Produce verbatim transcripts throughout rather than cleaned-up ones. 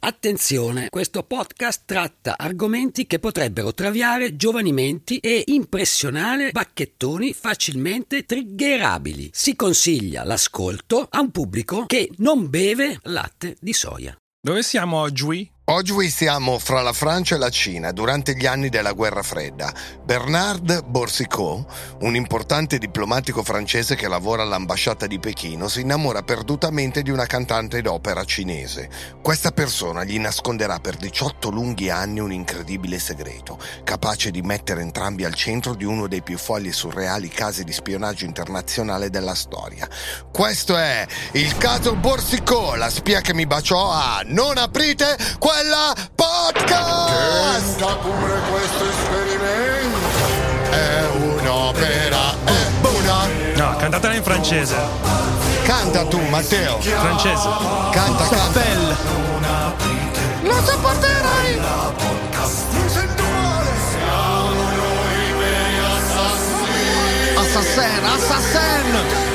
Attenzione, questo podcast tratta argomenti che potrebbero traviare giovani menti e impressionare bacchettoni facilmente triggerabili. Si consiglia l'ascolto a un pubblico che non beve latte di soia. Dove siamo oggi? Oggi siamo fra la Francia e la Cina durante gli anni della Guerra Fredda. Bernard Boursicot, un importante diplomatico francese che lavora all'ambasciata di Pechino, si innamora perdutamente di una cantante d'opera cinese. Questa persona gli nasconderà per diciotto lunghi anni un incredibile segreto, capace di mettere entrambi al centro di uno dei più folli e surreali casi di spionaggio internazionale della storia. Questo è il caso Boursicot, la spia che mi baciò a Non aprite quella podcast! Tenta pure questo esperimento. È un'opera, è una... No, cantatela in francese. Canta tu, Matteo. Francese. Canta, canta. Lo sopporterai! Mi sento male! Siamo noi veri assassini! Assassin, assassin!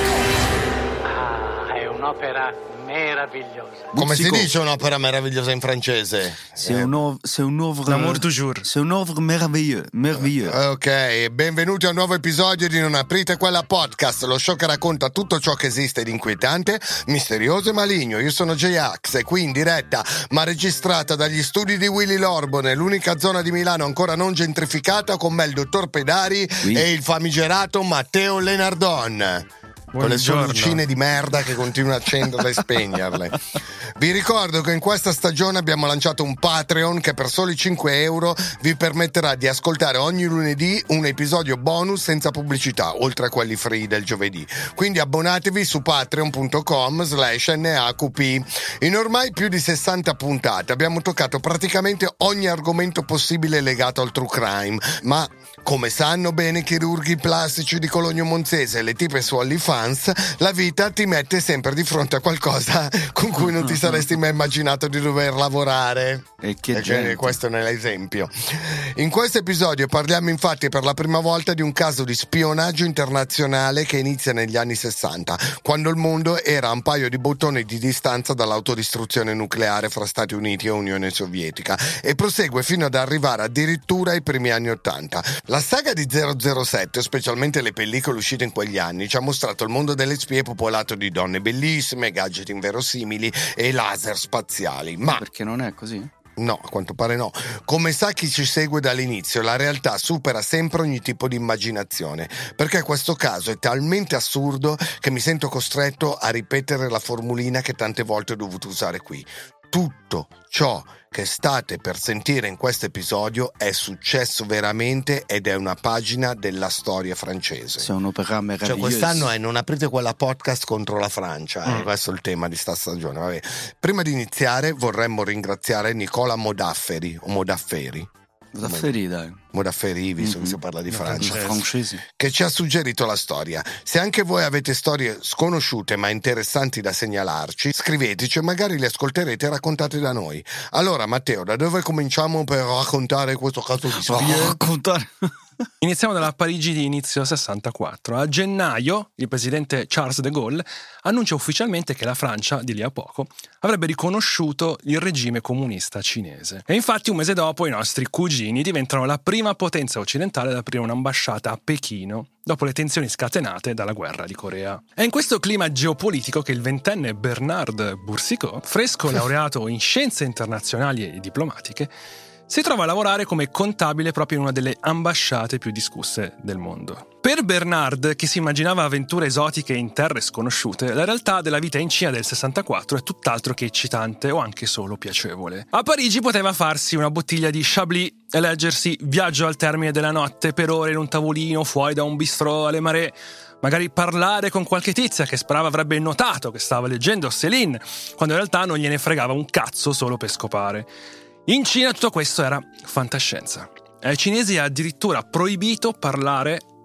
Ah, è un'opera meravigliosa. Come si dice un'opera meravigliosa in francese? C'est un œuvre, c'est un œuvre, L'amour toujours. c'est un œuvre merveilleux, merveilleux. Ok, benvenuti a un nuovo episodio di Non aprite quella podcast, lo show che racconta tutto ciò che esiste di inquietante, misterioso e maligno. Io sono J-Ax e qui in diretta, ma registrata dagli studi di Willy Lorbone, l'unica zona di Milano ancora non gentrificata, con me il dottor Pedari Oui. e il famigerato Matteo Lenardon. Con le sue Buongiorno. lucine di merda che continua a accenderle e spegnerle. Vi ricordo che in questa stagione abbiamo lanciato un Patreon che per soli cinque euro vi permetterà di ascoltare ogni lunedì un episodio bonus senza pubblicità, oltre a quelli free del giovedì. Quindi abbonatevi su patreon.com slash NAQP. In ormai più di sessanta puntate abbiamo toccato praticamente ogni argomento possibile legato al true crime, ma come sanno bene i chirurghi plastici di Cologno Monzese e le tipe su OnlyFans, la vita ti mette sempre di fronte a qualcosa con cui non ti saresti mai immaginato di dover lavorare. E che E gente. questo ne è l'esempio. In questo episodio parliamo infatti per la prima volta di un caso di spionaggio internazionale che inizia negli anni sessanta, quando il mondo era a un paio di bottoni di distanza dall'autodistruzione nucleare fra Stati Uniti e Unione Sovietica, e prosegue fino ad arrivare addirittura ai primi anni ottanta. La saga di zero zero sette, specialmente le pellicole uscite in quegli anni, ci ha mostrato il mondo delle spie popolato di donne bellissime, gadget inverosimili e laser spaziali. Ma Perché non è così? no, a quanto pare no. Come sa chi ci segue dall'inizio, la realtà supera sempre ogni tipo di immaginazione, perché questo caso è talmente assurdo che mi sento costretto a ripetere la formulina che tante volte ho dovuto usare qui. Tutto ciò che state per sentire in questo episodio è successo veramente ed è una pagina della storia francese. C'est un'opera Cioè merveilleuse. quest'anno è Non aprite quella podcast contro la Francia, eh? Mm. Questo è il tema di sta stagione. Vabbè. Prima di iniziare vorremmo ringraziare Nicola Modafferi o Modafferi Zafferi, dai. Modafferi, visto che Mhm. si parla di No, Francia, francese. Francesi. che ci ha suggerito la storia. Se anche voi avete storie sconosciute ma interessanti da segnalarci, scriveteci e magari le ascolterete raccontate da noi. Allora Matteo, da dove cominciamo per raccontare questo caso di Oh, spie? raccontare. Iniziamo dalla Parigi di inizio sessantaquattro. A gennaio il presidente Charles de Gaulle annuncia ufficialmente che la Francia, di lì a poco, avrebbe riconosciuto il regime comunista cinese. E infatti un mese dopo i nostri cugini diventano la prima potenza occidentale ad aprire un'ambasciata a Pechino, dopo le tensioni scatenate dalla guerra di Corea. È in questo clima geopolitico che il ventenne Bernard Boursicot, fresco laureato in scienze internazionali e diplomatiche, si trova a lavorare come contabile proprio in una delle ambasciate più discusse del mondo. Per Bernard, che si immaginava avventure esotiche in terre sconosciute, la realtà della vita in Cina del sessantaquattro è tutt'altro che eccitante o anche solo piacevole. A Parigi poteva farsi una bottiglia di Chablis e leggersi Viaggio al termine della notte per ore in un tavolino fuori da un bistrò alle marée, magari parlare con qualche tizia che sperava avrebbe notato che stava leggendo Céline, quando in realtà non gliene fregava un cazzo solo per scopare. In Cina tutto questo era fantascienza. Ai cinesi è addirittura proibito parlare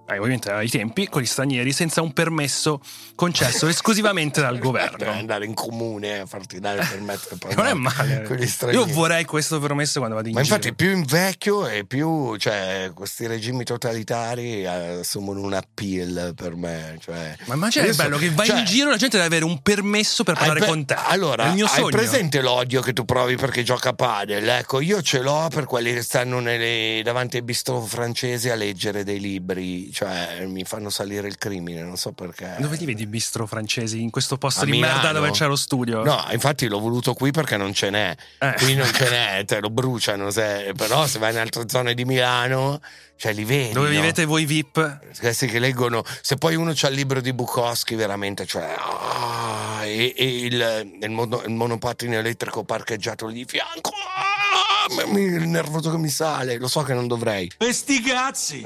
eh, ovviamente ai tempi, con gli stranieri senza un permesso concesso esclusivamente dal governo. Devi andare in comune a farti dare il permesso. Per non è male. Con gli stranieri. Io vorrei questo permesso quando vado in Ma giro. infatti più invecchio e più, cioè, questi regimi totalitari assumono un appeal per me. Cioè, ma immagina che bello che vai cioè, in giro e la gente deve avere un permesso per parlare pe- con te. Allora, è il mio hai sogno. presente l'odio che tu provi perché gioca a padel? Ecco, io ce l'ho per quelli che stanno nelle, davanti ai bistrò francesi a leggere dei libri, cioè mi fanno salire il crimine, non so perché. Dove ti vedi i bistrò francesi? In questo posto A di Milano? merda dove c'è lo studio? No, infatti l'ho voluto qui perché non ce n'è. Eh. Qui non ce n'è, te lo bruciano. Se, però se vai in altre zone di Milano, cioè li vedi. Dove no? vivete voi V I P? Questi che leggono. Se poi uno c'ha il libro di Bukowski, veramente, cioè. Ah, e, e il, il, mono, il monopattino elettrico parcheggiato lì di fianco. Ah, mi- il nervoso che mi sale. Lo so che non dovrei. E sti cazzi!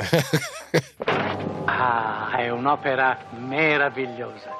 Ah, è un'opera meravigliosa.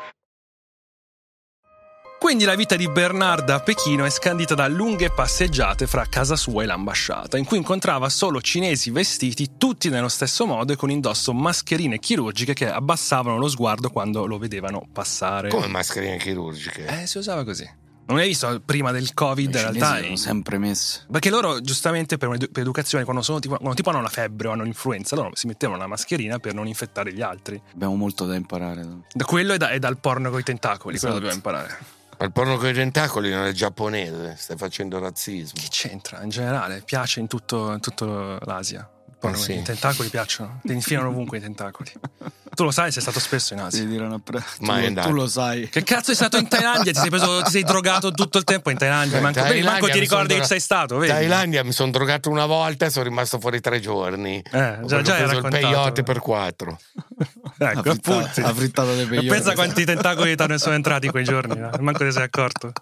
Quindi la vita di Bernard a Pechino è scandita da lunghe passeggiate fra casa sua e l'ambasciata, in cui incontrava solo cinesi vestiti tutti nello stesso modo e con indosso mascherine chirurgiche che abbassavano lo sguardo quando lo vedevano passare. Come mascherine chirurgiche? Eh, si usava così. Non hai visto prima del Covid, I in cinesi realtà? sono sempre messi. Perché loro, giustamente, per, per educazione, quando, sono tipo, quando tipo hanno la febbre o hanno l'influenza, loro si mettevano la mascherina per non infettare gli altri. Abbiamo molto da imparare. Da quello e, da, e dal porno coi tentacoli, Esatto. quello dobbiamo imparare. Ma il porno con i tentacoli non è giapponese, stai facendo razzismo. Che c'entra? In generale, piace in tutto, in tutto l'Asia. Il porno Eh con sì. I tentacoli piacciono, ti infilano ovunque i tentacoli. Tu lo sai, sei stato spesso in Asia. Devi dire una pre- Mai tu, andato. tu lo sai. Che cazzo sei stato in Thailandia? Ti sei, preso, ti sei drogato tutto il tempo in Thailandia? Eh, Manco, Thailandia manco ti mi ricordi son che sei stato, vedi? Thailandia mi sono drogato una volta e sono rimasto fuori tre giorni. Eh, Ho già, già hai preso il raccontato. peyote per quattro. Ecco, La frittata- appunti. la frittata dei peyote. Pensa quanti tentacoli ti sono entrati quei giorni, eh? Manco ti sei accorto.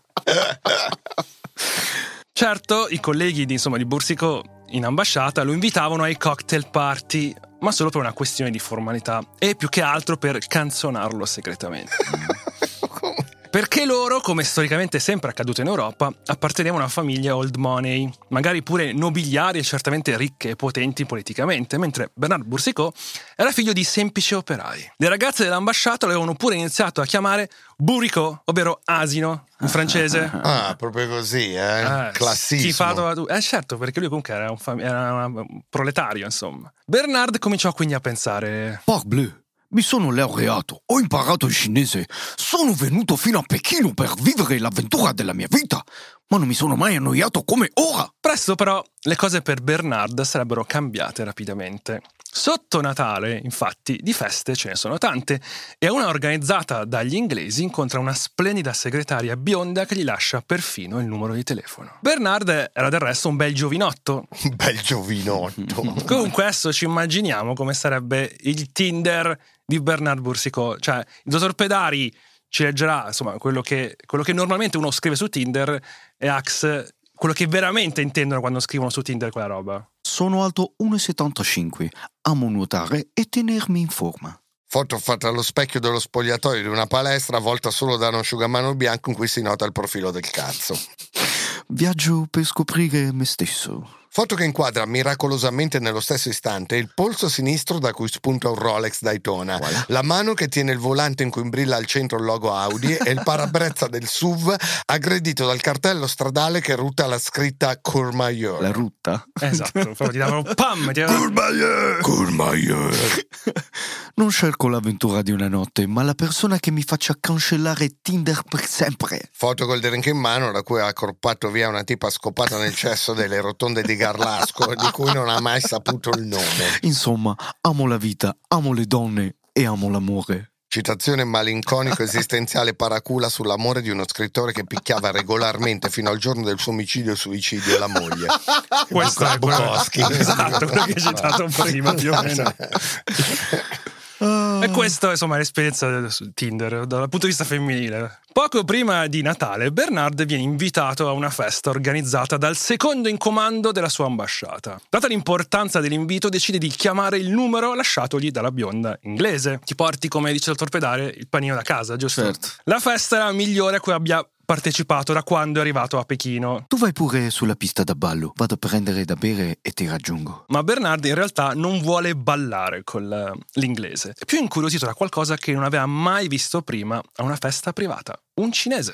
Certo, i colleghi di, insomma, di Boursicot in ambasciata lo invitavano ai cocktail party, ma solo per una questione di formalità e più che altro per canzonarlo segretamente. Perché loro, come storicamente è sempre accaduto in Europa, appartenevano a famiglie old money, magari pure nobiliari e certamente ricche e potenti politicamente, mentre Bernard Boursicot era figlio di semplici operai. Le ragazze dell'ambasciata lo avevano pure iniziato a chiamare Bourricot, ovvero asino, in francese. Ah, proprio così, eh? Eh, Classismo. schifato a tu- Eh certo, perché lui comunque era un, fam- era un proletario, insomma. Bernard cominciò quindi a pensare: Parbleu, mi sono laureato, ho imparato il cinese, sono venuto fino a Pechino per vivere l'avventura della mia vita, ma non mi sono mai annoiato come ora. Presto però le cose per Bernard sarebbero cambiate rapidamente. Sotto Natale, infatti, di feste ce ne sono tante e a una organizzata dagli inglesi incontra una splendida segretaria bionda che gli lascia perfino il numero di telefono. Bernard era del resto un bel giovinotto. Bel giovinotto. Comunque adesso ci immaginiamo come sarebbe il Tinder di Bernard Boursicot. Cioè, il dottor Pedari ci leggerà, insomma, quello che, quello che normalmente uno scrive su Tinder e Axe quello che veramente intendono quando scrivono su Tinder quella roba. Sono alto uno e settantacinque, amo nuotare e tenermi in forma. Foto fatta allo specchio dello spogliatoio di una palestra avvolta solo da uno asciugamano bianco in cui si nota il profilo del cazzo. Viaggio per scoprire me stesso. Foto che inquadra miracolosamente nello stesso istante il polso sinistro da cui spunta un Rolex Daytona, la mano che tiene il volante in cui brilla al centro il logo Audi e il parabrezza del S U V aggredito dal cartello stradale che ruta la scritta Courmayeur. La rutta? Esatto, proprio ti davano pam, ti davano... Courmayeur! Courmayeur! Non cerco l'avventura di una notte, ma la persona che mi faccia cancellare Tinder per sempre. Foto col drink in mano da cui ha accorpato via una tipa scopata nel cesso delle rotonde di Garlasco di cui non ha mai saputo il nome. Insomma, amo la vita, amo le donne e amo l'amore. Citazione malinconico esistenziale paracula sull'amore di uno scrittore che picchiava regolarmente fino al giorno del suo omicidio e suicidio la moglie. Questo è quello- Bukowski. Esatto, quello che hai citato prima più o meno. E questa insomma è l'esperienza su Tinder dal punto di vista femminile. Poco prima di Natale Bernard viene invitato a una festa organizzata dal secondo in comando della sua ambasciata. Data l'importanza dell'invito decide di chiamare il numero lasciatogli dalla bionda inglese. Ti porti, come dice il dottor Pedare, il panino da casa, giusto? Certo. La festa era la migliore a cui abbia partecipato da quando è arrivato a Pechino. Tu vai pure sulla pista da ballo, vado a prendere da bere e ti raggiungo. Ma Bernard in realtà non vuole ballare con l'inglese. È più incuriosito da qualcosa che non aveva mai visto prima a una festa privata. Un cinese.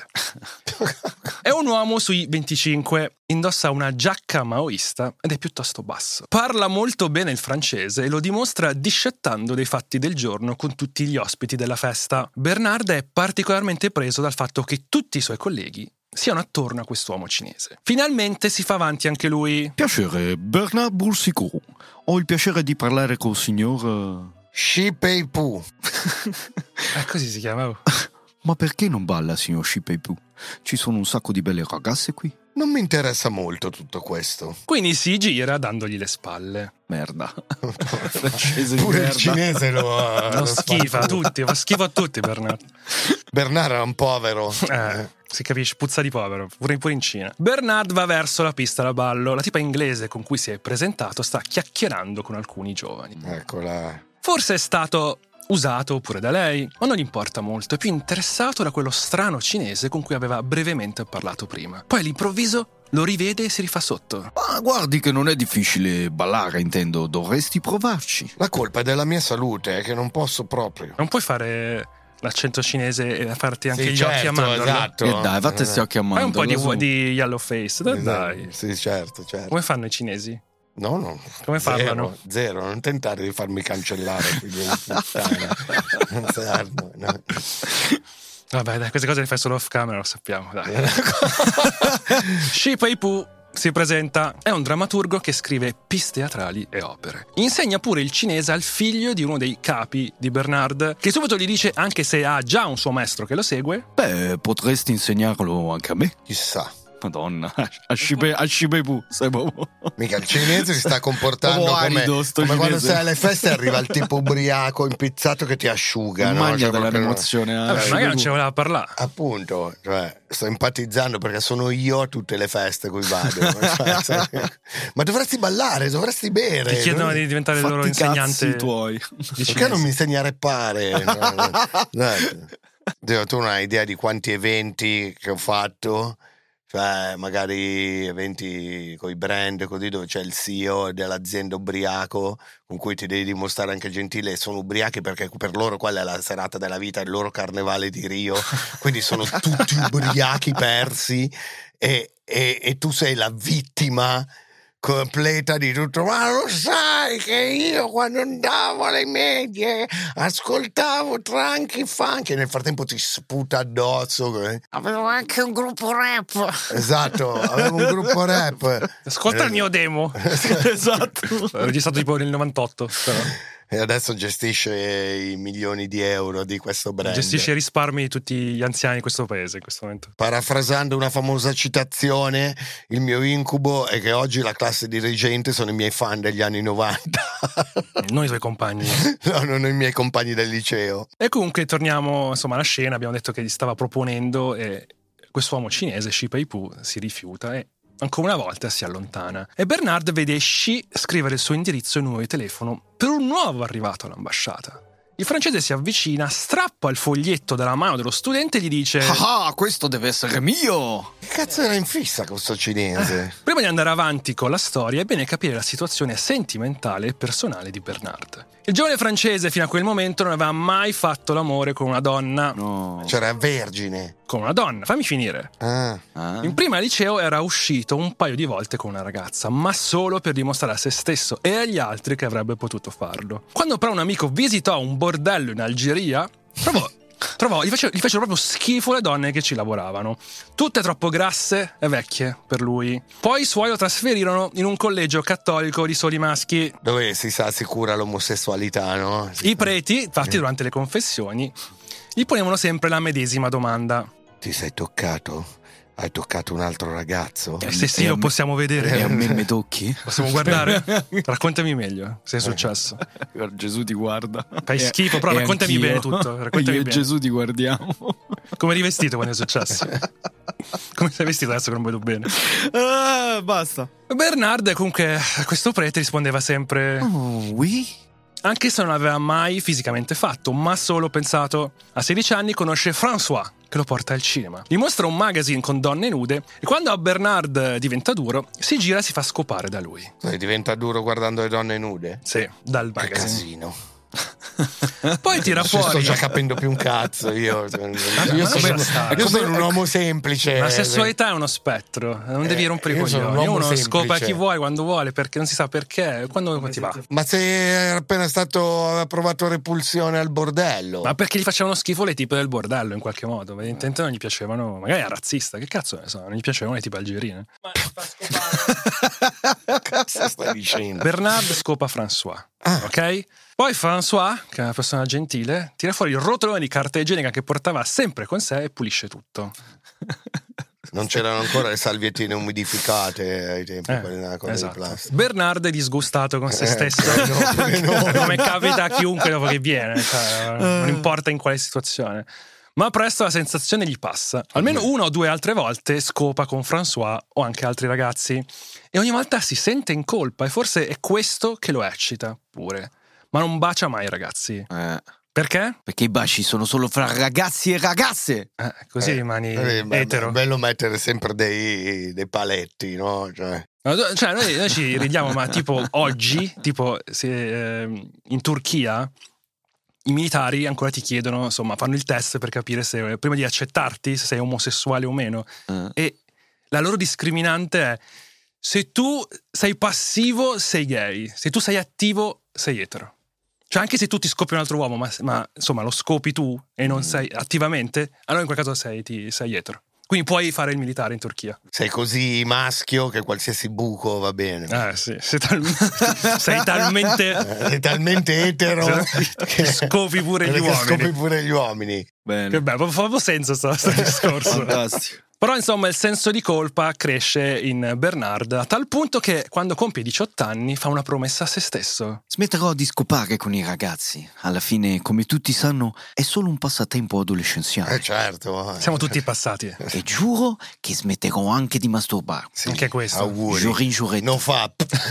È un uomo sui venticinque, indossa una giacca maoista ed è piuttosto basso. Parla molto bene il francese e lo dimostra discettando dei fatti del giorno con tutti gli ospiti della festa. Bernard è particolarmente preso dal fatto che tutti i suoi colleghi siano attorno a quest'uomo cinese. Finalmente si fa avanti anche lui. Piacere, Bernard Boursicot. Ho il piacere di parlare col signor... Shi Pei Pu. Eh, così si chiama. Ma perché non balla, signor Shi Pei Pu? Ci sono un sacco di belle ragazze qui. Non mi interessa molto tutto questo. Quindi si gira dandogli le spalle. Merda. Francese di Pure merda. il cinese lo, Lo lo schifa a tutti, fa schifo a tutti Bernard. Bernard era un povero. Eh, si capisce, puzza di povero, pure, pure in Cina. Bernard va verso la pista da ballo. La tipa inglese con cui si è presentato sta chiacchierando con alcuni giovani. Eccola. Forse è stato usato pure da lei, ma non gli importa molto, è più interessato da quello strano cinese con cui aveva brevemente parlato prima. Poi all'improvviso lo rivede e si rifà sotto. Ma guardi che non è difficile ballare, intendo, dovresti provarci. La colpa è della mia salute, è che non posso proprio. Non puoi fare l'accento cinese e farti anche Sì, gli certo, occhi a mandorla? esatto. E dai, fatti sti occhi a Fai un po' di, mandorla, su. di yellow face, dai, dai. Sì, certo, certo. Come fanno i cinesi? No, no. Come zero, parlano? Zero, non tentare di farmi cancellare, figlio di puttana. Non serve, no. Vabbè, dai, queste cose le fai solo off camera, lo sappiamo, dai. Shi Pei Pu si presenta, è un drammaturgo che scrive piece teatrali e opere. Insegna pure il cinese al figlio di uno dei capi di Bernard, che subito gli dice, anche se ha già un suo maestro che lo segue, Beh, potresti insegnarlo anche a me. Chissà. Madonna, a Shi Pei Pu, sai proprio. Mica il cinese si sta comportando Proprio come, arido, sto come quando cinese. sei alle feste arriva il tipo ubriaco, impizzato che ti asciuga. no? Magna Cioè, della proprio- rimozione. eh, vabbè, Shi magari Pei non Pu. ci voleva parlare. Appunto, cioè, sto empatizzando perché sono io a tutte le feste cui vado. Cioè, sai, ma dovresti ballare, dovresti bere. Ti chiedono no? di diventare il Fatti loro i cazzi insegnante tuoi. di Perché cinese. non mi insegni a rappare? No, no. Dio, tu non hai idea di quanti eventi che ho fatto? Cioè, magari eventi con i brand, così, dove c'è il C E O dell'azienda ubriaco, con cui ti devi dimostrare anche gentile, e sono ubriachi perché per loro quella è la serata della vita, il loro carnevale di Rio, quindi sono tutti ubriachi persi e, e, e tu sei la vittima completa di tutto. Ma lo sai che io quando andavo alle medie ascoltavo Tranchi Funky e nel frattempo ti sputa addosso. Avevo anche un gruppo rap. Esatto, avevo un gruppo rap. Ascolta il mio demo. Esatto. L'ho registrato tipo nel novantotto, però. E adesso gestisce i milioni di euro di questo brand. Gestisce i risparmi di tutti gli anziani di questo paese in questo momento. Parafrasando una famosa citazione, il mio incubo è che oggi la classe dirigente sono i miei fan degli anni novanta. Non i tuoi compagni. No, non i miei compagni del liceo. E comunque torniamo insomma alla scena, abbiamo detto che gli stava proponendo e quest'uomo cinese, Shi Pei Pu, si rifiuta e ancora una volta si allontana. E Bernard vede Shi scrivere il suo indirizzo e numero di telefono per un nuovo arrivato all'ambasciata. Il francese si avvicina, strappa il foglietto dalla mano dello studente e gli dice: Ah, questo deve essere mio. Che cazzo era in fissa questo cinese? prima di andare avanti con la storia è bene capire la situazione sentimentale e personale di Bernard. Il giovane francese fino a quel momento non aveva mai fatto l'amore con una donna. No. Cioè era vergine. Con una donna, fammi finire. Ah. Ah. In prima liceo era uscito un paio di volte con una ragazza, ma solo per dimostrare a se stesso e agli altri che avrebbe potuto farlo. Quando però un amico visitò un bordello in Algeria, trovò, trovò gli, facevano, gli facevano proprio schifo le donne che ci lavoravano. Tutte troppo grasse e vecchie per lui. Poi i suoi lo trasferirono in un collegio cattolico di soli maschi. Dove si sa sicura l'omosessualità, no? Si- I preti, infatti, durante le confessioni, gli ponevano sempre la medesima domanda. Ti sei toccato? Hai toccato un altro ragazzo? E se sì, lo possiamo E a vedere. me mi tocchi? Possiamo guardare? Raccontami meglio se è successo. Gesù ti guarda. Fai schifo, però E raccontami anch'io. bene tutto, raccontami Io e bene. Gesù ti guardiamo. Come eri vestito quando è successo? Come sei vestito adesso che non vedo bene? Ah, basta. Bernard comunque a questo prete rispondeva sempre, Oh, oui? anche se non aveva mai fisicamente fatto, ma solo pensato. A sedici anni conosce François, che lo porta al cinema. Gli mostra un magazine con donne nude e quando a Bernard diventa duro, si gira e si fa scopare da lui. Cioè, diventa duro guardando le donne nude? Sì, dal Che magazine. casino. Poi tira Non ci fuori. sto già capendo più un cazzo io. Vabbè, io ma sono, lascia stare. io sono un uomo semplice. La sessualità è uno spettro, non devi Eh, rompere i io sono un coglioni. uomo Uno semplice. scopa chi vuole, quando vuole, perché non si sa perché, quando ti va. Ma sei era appena stato aveva provato repulsione al bordello. Ma perché gli facevano schifo le tipe del bordello in qualche modo? Evidentemente non gli piacevano, magari era razzista, che cazzo ne so, non gli piacevano le tipe algerine. Ma Cosa stai dicendo? Bernard scopa François, Ah. ok? Poi François, che è una persona gentile, tira fuori il rotolone di carta igienica che portava sempre con sé e pulisce tutto. Non c'erano ancora le salviettine umidificate ai tempi, Eh, quelle nella cosa esatto. di plastica. Bernard è disgustato con se Eh, stesso, no, no. come capita a chiunque dopo che viene, cioè, non importa in quale situazione. Ma presto la sensazione gli passa. Almeno una o due altre volte scopa con François o anche altri ragazzi. E ogni volta si sente in colpa e forse è questo che lo eccita pure. Ma non bacia mai i ragazzi. Eh, Perché? perché i baci sono solo fra ragazzi e ragazze. Eh, così rimani Eh, beh, etero. È bello mettere sempre dei, dei paletti, no? Cioè, No, cioè noi, noi ci ridiamo, ma tipo oggi, tipo se, ehm, in Turchia i militari ancora ti chiedono, insomma, fanno il test per capire se prima di accettarti se sei omosessuale o meno. Eh. E la loro discriminante è: se tu sei passivo sei gay, se tu sei attivo sei etero. Cioè anche se tu ti scopi un altro uomo, ma, ma insomma lo scopi tu e non sei attivamente, allora in quel caso sei, ti, sei etero. Quindi puoi fare il militare in Turchia. sei così maschio che qualsiasi buco va bene. Eh sì, sei, talmente, sei talmente Eh, Sei talmente etero che scopi pure gli che uomini. scopi pure gli uomini. Bene. Che bello, fa proprio senso questo discorso. Fantastico. Però insomma il senso di colpa cresce in Bernard a tal punto che quando compie diciotto anni fa una promessa a se stesso. Smetterò di scopare con i ragazzi. Alla fine, come tutti sanno, è solo un passatempo Eh adolescenziale. certo. eh. Siamo tutti passati. E giuro che smetterò anche di masturbare. Sì, Anche questo. Auguri. Giurin giuretto. Non fa.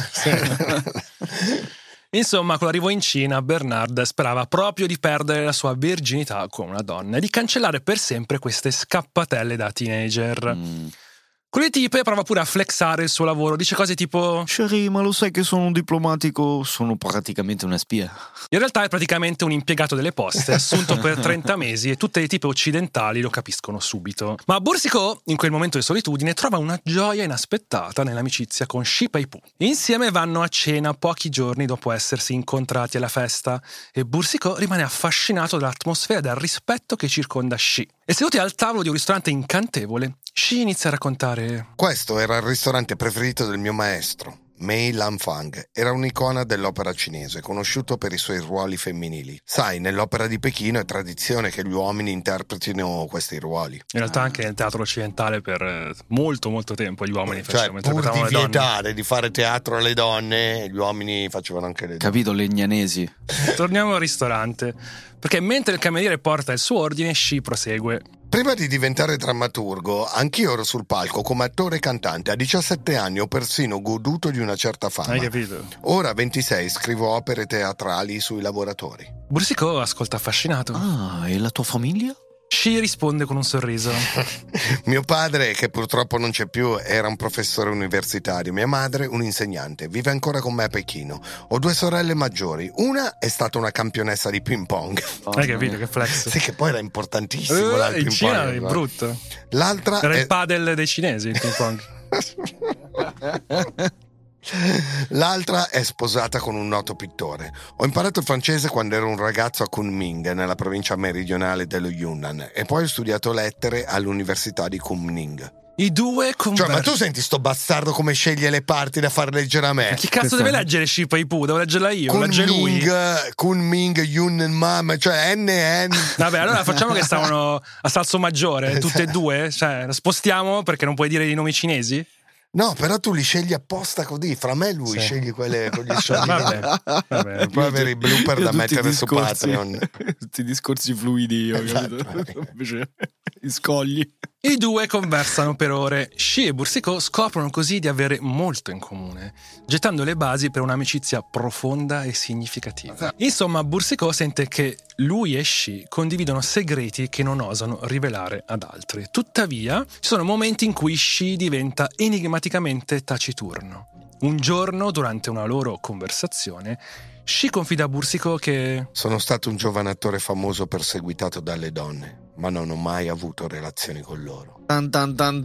Insomma, con l'arrivo in Cina, Bernard sperava proprio di perdere la sua virginità con una donna e di cancellare per sempre queste scappatelle da teenager. Mm. Con le tipe prova pure a flexare il suo lavoro, dice cose tipo: Sherry, ma lo sai che sono un diplomatico? Sono praticamente una spia. in realtà è praticamente un impiegato delle poste, assunto per trenta mesi e tutte le tipe occidentali lo capiscono subito. Ma Boursicot, in quel momento di solitudine, trova una gioia inaspettata nell'amicizia con Shi Pei-pu. Insieme vanno a cena pochi giorni dopo essersi incontrati alla festa e Boursicot rimane affascinato dall'atmosfera e dal rispetto che circonda Shi. E seduti al tavolo di un ristorante incantevole, Shi inizia a raccontare: Questo era il ristorante preferito del mio maestro, Mei Lanfang. Era un'icona dell'opera cinese, conosciuto per i suoi ruoli femminili. Sai, nell'opera di Pechino è tradizione che gli uomini interpretino questi ruoli. in realtà anche nel teatro occidentale per eh, molto molto tempo gli uomini Cioè, facevano, pur interpretavano di le donne. vietare di fare teatro alle donne, gli uomini facevano anche le donne. Capito, legnanesi? Torniamo al ristorante, perché mentre il cameriere porta il suo ordine, Shi prosegue: Prima di diventare drammaturgo, anch'io ero sul palco come attore e cantante. A diciassette anni ho persino goduto di una certa fama. hai capito? Ora a ventisei scrivo opere teatrali sui lavoratori. Boursicot ascolta affascinato. Ah, e la tua famiglia? Shi risponde con un sorriso. Mio padre, che purtroppo non c'è più, era un professore universitario. Mia madre, un insegnante. Vive ancora con me a Pechino. Ho due sorelle maggiori. Una è stata una campionessa di ping pong. Hai capito che flex? Sì, che poi era importantissimo là, il Eh, in ping Cina pong. è no? brutto. L'altra Era è... il padel dei cinesi, il ping pong. L'altra è sposata con un noto pittore. Ho imparato il francese quando ero un ragazzo a Kunming, nella provincia meridionale dello Yunnan, e poi ho studiato lettere all'università di Kunming. I due Cioè, convertono. ma tu senti sto bastardo come sceglie le parti da far leggere a me? Chi cazzo Questa- deve leggere Shi Pei-pu? Devo leggerla io, legge lui. Kunming, Kunming, Yunnan, Mam, cioè N N. Vabbè, allora facciamo che stavano a salso maggiore, tutte e due. Cioè, spostiamo perché non puoi dire i nomi cinesi? No, però tu li scegli apposta così. Fra me lui Sì. scegli quelle con gli soldi. Vabbè, vabbè. Puoi avere i blooper Io da tutti i mettere su discorsi- Patreon. Tutti i discorsi fluidi io, Esatto. capito? Invece- I scogli. I due conversano per ore. Shi e Boursicot scoprono così di avere molto in comune, gettando le basi per un'amicizia profonda e significativa. Insomma, Boursicot sente che lui e Shi condividono segreti che non osano rivelare ad altri. Tuttavia, ci sono momenti in cui Shi diventa enigmaticamente taciturno. Un giorno, durante una loro conversazione, Shi confida a Boursicot che sono stato un giovane attore famoso perseguitato dalle donne, ma non ho mai avuto relazioni con loro. Tan tan tan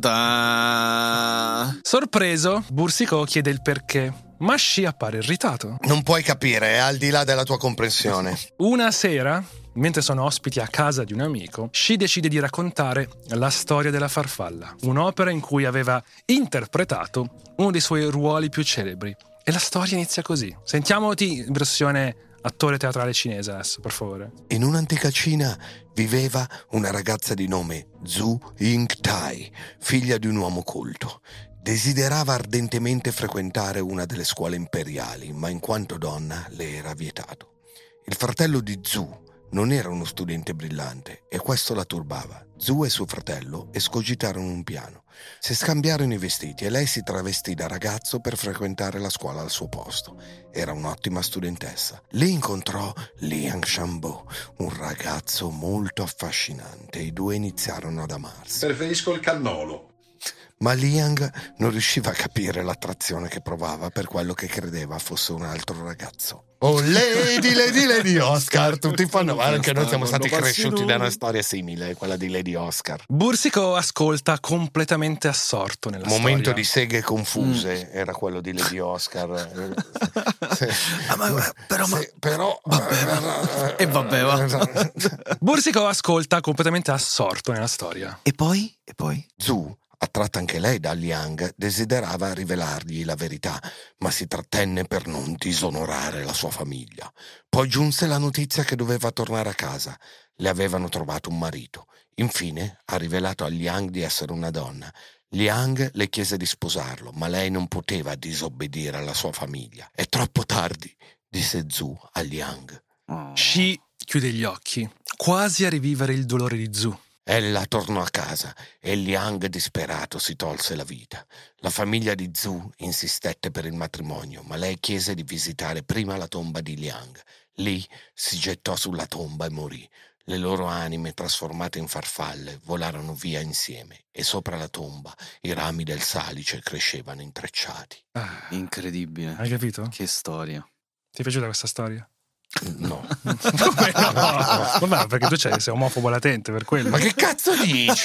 tan. Sorpreso, Boursicot chiede il perché, ma Shi appare irritato. Non puoi capire, è al di là della tua comprensione. Una sera, mentre sono ospiti a casa di un amico, Shi decide di raccontare La storia della farfalla, un'opera in cui aveva interpretato uno dei suoi ruoli più celebri. E la storia inizia così. Sentiamoti in versione attore teatrale cinese adesso, per favore. In un'antica Cina viveva una ragazza di nome Zhu Yingtai, figlia di un uomo colto. Desiderava ardentemente frequentare una delle scuole imperiali, ma in quanto donna le era vietato. Il fratello di Zhu non era uno studente brillante e questo la turbava. Zhu e suo fratello escogitarono un piano. Si scambiarono i vestiti e lei si travestì da ragazzo per frequentare la scuola al suo posto. Era un'ottima studentessa. Lì incontrò Liang Shanbo, un ragazzo molto affascinante. I due iniziarono ad amarsi. Preferisco il cannolo. Ma Liang non riusciva a capire l'attrazione che provava per quello che credeva fosse un altro ragazzo. Oh, Lady, Lady, Lady Oscar, tutti fanno male, anche noi siamo stati cresciuti da una storia simile, quella di Lady Oscar. Boursicot ascolta completamente assorto nella Momento storia. di seghe confuse, mm. era quello di Lady Oscar. Sì. Ah, ma, però, sì, ma... però... Vabbè. E vabbè, va. Boursicot ascolta completamente assorto nella storia. E poi? E poi? Zhu, attratta anche lei da Liang, desiderava rivelargli la verità, ma si trattenne per non disonorare la sua famiglia. Poi giunse la notizia che doveva tornare a casa. Le avevano trovato un marito. Infine ha rivelato a Liang di essere una donna. Liang le chiese di sposarlo, ma lei non poteva disobbedire alla sua famiglia. È troppo tardi, disse Zhu a Liang. Oh. Shi chiude gli occhi, quasi a rivivere il dolore di Zhu. Ella tornò a casa e Liang, disperato, si tolse la vita. La famiglia di Zhu insistette per il matrimonio, ma lei chiese di visitare prima la tomba di Liang. Lì si gettò sulla tomba e morì. Le loro anime, trasformate in farfalle, volarono via insieme e sopra la tomba i rami del salice crescevano intrecciati. Ah, incredibile. Hai capito? Che storia. Ti è piaciuta questa storia? No. Come no? Vabbè, perché tu sei, sei omofobo latente per quello. Ma che cazzo dici?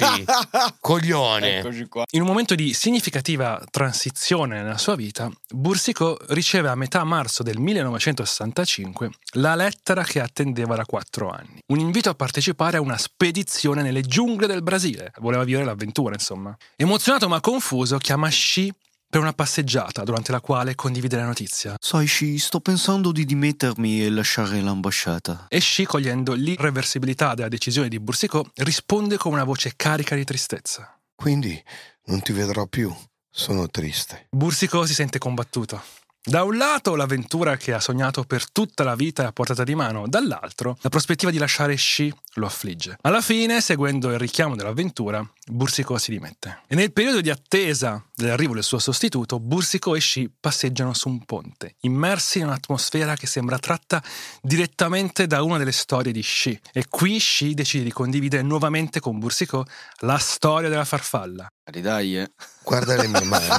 Coglione. Eccoci qua. In un momento di significativa transizione nella sua vita, Boursicot riceve a metà marzo del millenovecentosessantacinque la lettera che attendeva da quattro anni. Un invito a partecipare a una spedizione nelle giungle del Brasile. Voleva vivere l'avventura, insomma. Emozionato ma confuso, chiama Shi per una passeggiata, durante la quale condivide la notizia. Sai, Shi, sto pensando di dimettermi e lasciare l'ambasciata. E Shi, cogliendo l'irreversibilità della decisione di Boursicot, risponde con una voce carica di tristezza. Quindi non ti vedrò più. Sono triste. Boursicot si sente combattuto. Da un lato l'avventura che ha sognato per tutta la vita è a portata di mano, dall'altro la prospettiva di lasciare Shi lo affligge. Alla fine, seguendo il richiamo dell'avventura, Boursicot si dimette. E nel periodo di attesa dell'arrivo del suo sostituto, Boursicot e Shi passeggiano su un ponte, immersi in un'atmosfera che sembra tratta direttamente da una delle storie di Shi. E qui Shi decide di condividere nuovamente con Boursicot la storia della farfalla. Dai, eh. Guarda le mie mani.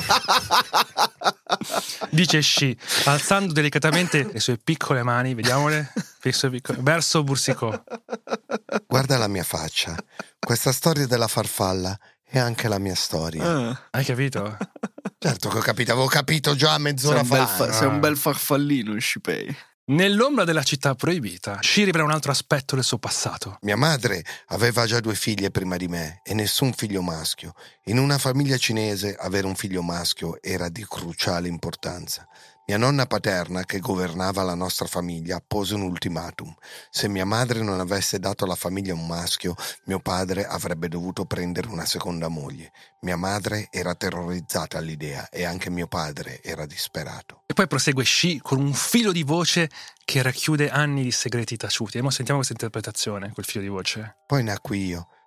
Dice Shi, alzando delicatamente le sue piccole mani, vediamole, piccole, verso Boursicot. Guarda la mia faccia. Questa storia della farfalla è anche la mia storia. Ah. Hai capito? Certo che ho capito, avevo capito già mezz'ora Sei un, fa. bel fa- sei un bel farfallino, Shipei. Nell'ombra della città proibita, Shi rivela un altro aspetto del suo passato. Mia madre aveva già due figlie prima di me e nessun figlio maschio. In una famiglia cinese avere un figlio maschio era di cruciale importanza. Mia nonna paterna, che governava la nostra famiglia, pose un ultimatum. Se mia madre non avesse dato alla famiglia un maschio, mio padre avrebbe dovuto prendere una seconda moglie. Mia madre era terrorizzata all'idea e anche mio padre era disperato. E poi prosegue Shi con un filo di voce che racchiude anni di segreti taciuti. E mo sentiamo questa interpretazione, quel filo di voce. Poi nacqui io.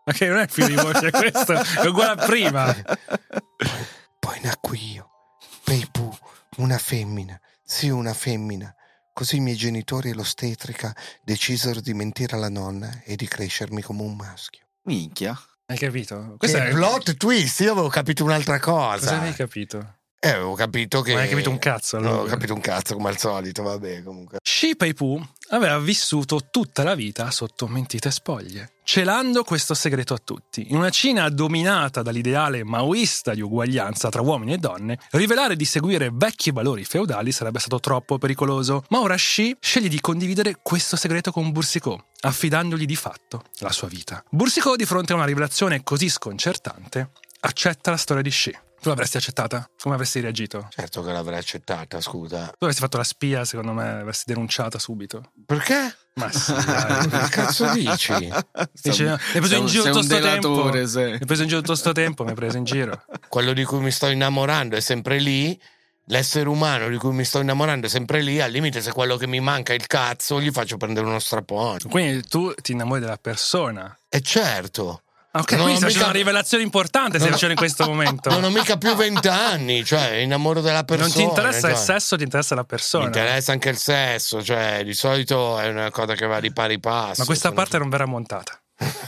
Ma che non è il figlio di voce, questo è uguale a prima. Poi, poi nacqui io, Pei-Pu, una femmina, sì una femmina. Così i miei genitori e l'ostetrica decisero di mentire alla nonna e di crescermi come un maschio. Minchia. Hai capito? Che Questo è plot twist, io avevo capito un'altra cosa. Cosa avevi capito? Eh, avevo capito che... Non hai capito un cazzo, allora. Non ho capito un cazzo, come al solito, vabbè, comunque. Shi Pei-Pu aveva vissuto tutta la vita sotto mentite spoglie, celando questo segreto a tutti. In una Cina dominata dall'ideale maoista di uguaglianza tra uomini e donne, rivelare di seguire vecchi valori feudali sarebbe stato troppo pericoloso. Ma ora Shi sceglie di condividere questo segreto con Boursicot, affidandogli di fatto la sua vita. Boursicot, di fronte a una rivelazione così sconcertante, accetta la storia di Shi. Tu l'avresti accettata? Come avresti reagito? Certo che l'avrei accettata, scusa. Tu avresti fatto la spia, secondo me, avresti denunciata subito. Perché? Ma sì, dai. Che cazzo dici? Dici, mi hai preso sei in un- giro sei tutto un sto delatore, tempo. sei. Mi hai preso in giro tutto sto tempo, mi hai preso in giro. Quello di cui mi sto innamorando è sempre lì. L'essere umano di cui mi sto innamorando è sempre lì. Al limite, se quello che mi manca è il cazzo, gli faccio prendere uno strapone. Quindi tu ti innamori della persona. E certo. Ah, ok, Non quindi ho stai facendo mica- una rivelazione importante, stai Non ho- facendo in questo momento. Non ho mica più vent'anni, cioè innamoro della persona. Non ti interessa cioè. il sesso, ti interessa la persona. Mi interessa anche il sesso, cioè di solito è una cosa che va di pari passo. Ma questa Sono- parte non verrà montata.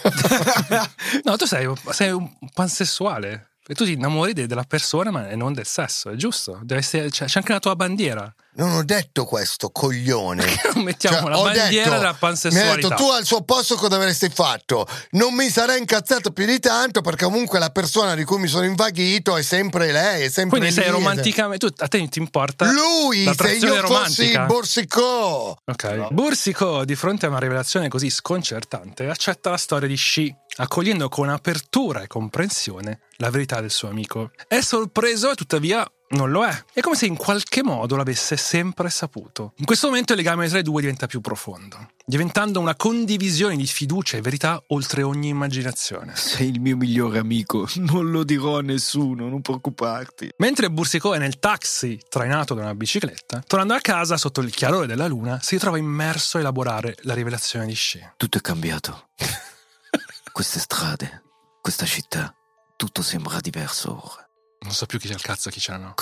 No, tu sei, sei un pansessuale. E tu ti innamori de- della persona, ma e non del sesso, è giusto? Deve essere, c'è, c'è anche la tua bandiera. Non ho detto questo, coglione. Non mettiamo Cioè, la ho bandiera detto- della Mi ha pansessualità. detto, tu al suo posto cosa avresti fatto? Non mi sarei incazzato più di tanto, perché comunque la persona di cui mi sono invaghito è sempre lei, è sempre Quindi lì. sei romanticamente. Tu, a te ti importa Lui, se l'attrazione io fossi romantica? Borsicot. Ok. Boursicot, di fronte a una rivelazione così sconcertante, accetta la storia di Shi, accogliendo con apertura e comprensione la verità del suo amico. È sorpreso e tuttavia non lo è. È come se in qualche modo l'avesse sempre saputo. In questo momento il legame tra i due diventa più profondo, diventando una condivisione di fiducia e verità oltre ogni immaginazione. Sei il mio migliore amico, non lo dirò a nessuno, non preoccuparti. Mentre Boursicot è nel taxi trainato da una bicicletta, tornando a casa sotto il chiarore della luna, si trova immerso a elaborare la rivelazione di Shi. Tutto è cambiato. Queste strade, questa città, tutto sembra diverso ora. Non so più chi c'è il cazzo e chi ce l'hanno.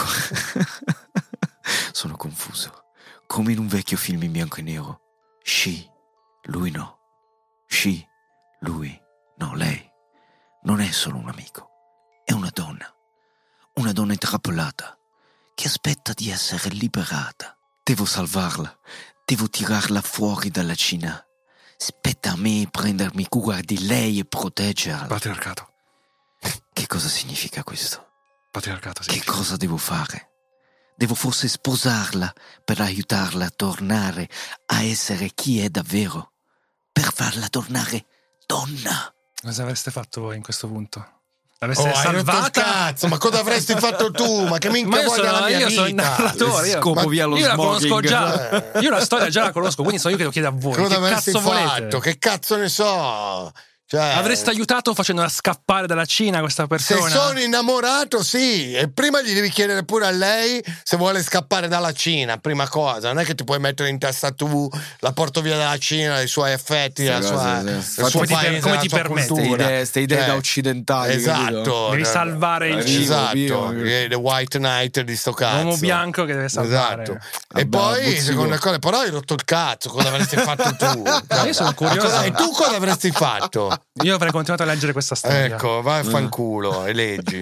Sono confuso, come in un vecchio film in bianco e nero. Shi, lui no. Shi, lui, no, lei. Non è solo un amico, è una donna. Una donna intrappolata, che aspetta di essere liberata. Devo salvarla, devo tirarla fuori dalla Cina. Spetta a me prendermi cura di lei e proteggerla. Patriarcato. Che cosa significa questo? Patriarcato, sì. Che cosa devo fare? Devo forse sposarla per aiutarla a tornare a essere chi è davvero? Per farla tornare donna? Cosa avreste fatto voi in questo punto? Oh, L'avreste hai rotto il salvata? cazzo, ma cosa avresti fatto tu? Ma che minchia Ma io vuoi dalla sono, mia io vita? sono il narratore, io, Scopo via lo io la conosco smoking. già. Io la storia già la conosco, quindi sono io che lo chiedo a voi. Cosa Che avresti cazzo fatto? volete? Che cazzo ne so? Cioè, Avreste aiutato facendola scappare dalla Cina questa se persona? sono innamorato, sì. E prima gli devi chiedere pure a lei se vuole scappare dalla Cina. Prima cosa, non è che ti puoi mettere in testa tu, la porto via dalla Cina, i suoi effetti, la Sì, sua, sì, il sì. suo Come ti per- paese, come la ti sua permetti? Ste cultura. idee, ste idee Cioè, da occidentali. Esatto. capito? Devi salvare il Vivo, Esatto, vivo. the White Knight di sto cazzo. L'uomo bianco che deve salvare. Esatto. E Vabbè, poi, Boursicot. seconda cosa, però hai rotto il cazzo, cosa avresti fatto tu? Io sono curioso. Cosa- E tu cosa avresti fatto? Io avrei continuato a leggere questa storia. Ecco, vai a fanculo e leggi.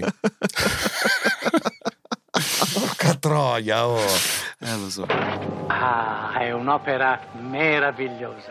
Porca troia, oh. Eh, lo so. Ah, è un'opera meravigliosa.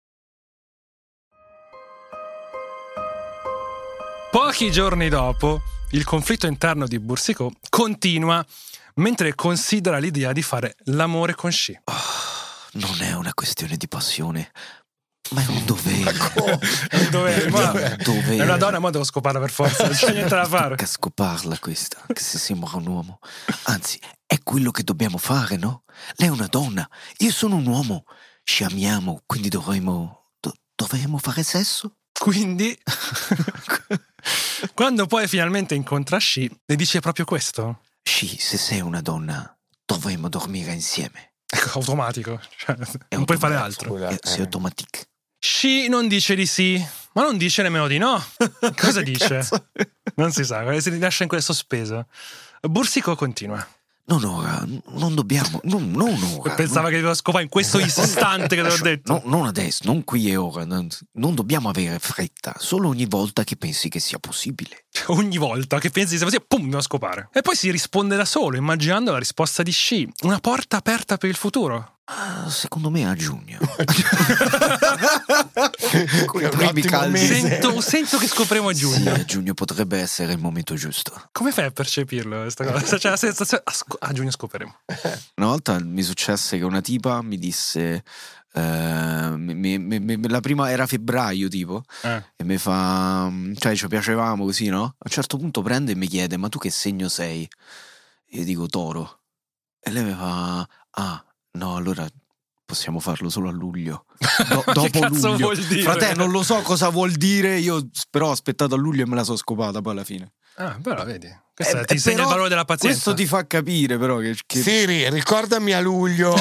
Pochi giorni dopo, il conflitto interno di Boursicot continua mentre considera l'idea di fare l'amore con Shi. Non è una questione di passione, ma è un dovere. Dove, ma- Un dovere. è una donna, ma devo scoparla per forza, non c'è niente da fare. Tocca scoparla questa, che se sembra un uomo. Anzi, è quello che dobbiamo fare, no? Lei è una donna, io sono un uomo. Ci amiamo, quindi dovremmo... do- dovremmo fare sesso? Quindi, quando poi finalmente incontra Shi, le dice proprio questo. Sì, se sei una donna, dovremmo dormire insieme. Ecco, automatico, cioè, È non puoi fare automatico. altro. Scusa, Eh, C'est eh. automatique. Sci non dice di sì, ma non dice nemmeno di no. Cosa dice? Non si sa, si lascia in quel sospeso. Bursico continua. Non ora, non dobbiamo, non, non ora. Pensava non... che dovevo scopare in questo istante che te l'ho detto. No, non adesso, non qui e ora. Non, non dobbiamo avere fretta, solo ogni volta che pensi che sia possibile. Ogni volta che pensi che sia possibile, pum, devo scopare. E poi si risponde da solo, immaginando la risposta di Sci. Una porta aperta per il futuro. Ah, secondo me a giugno. sento, sento che scopriremo a giugno. Sì, a giugno potrebbe essere il momento giusto. Come fai a percepirlo questa cosa? Cioè, la sensazione, a giugno scopriremo. Una volta mi successe che una tipa mi disse Uh, mi, mi, mi, la prima era febbraio tipo eh. e mi fa, cioè ci piacevamo così, no? A un certo punto prende e mi chiede: ma tu che segno sei? E io dico Toro. E lei mi fa: ah no, allora possiamo farlo solo a luglio. Do- dopo che cazzo luglio vuol dire? Frate, non lo so cosa vuol dire. Io però ho aspettato a luglio e me la so scopata poi alla fine. Ah, però vedi, questo eh, ti insegna il valore della pazienza. Questo ti fa capire però che, che... Siri, ricordami a luglio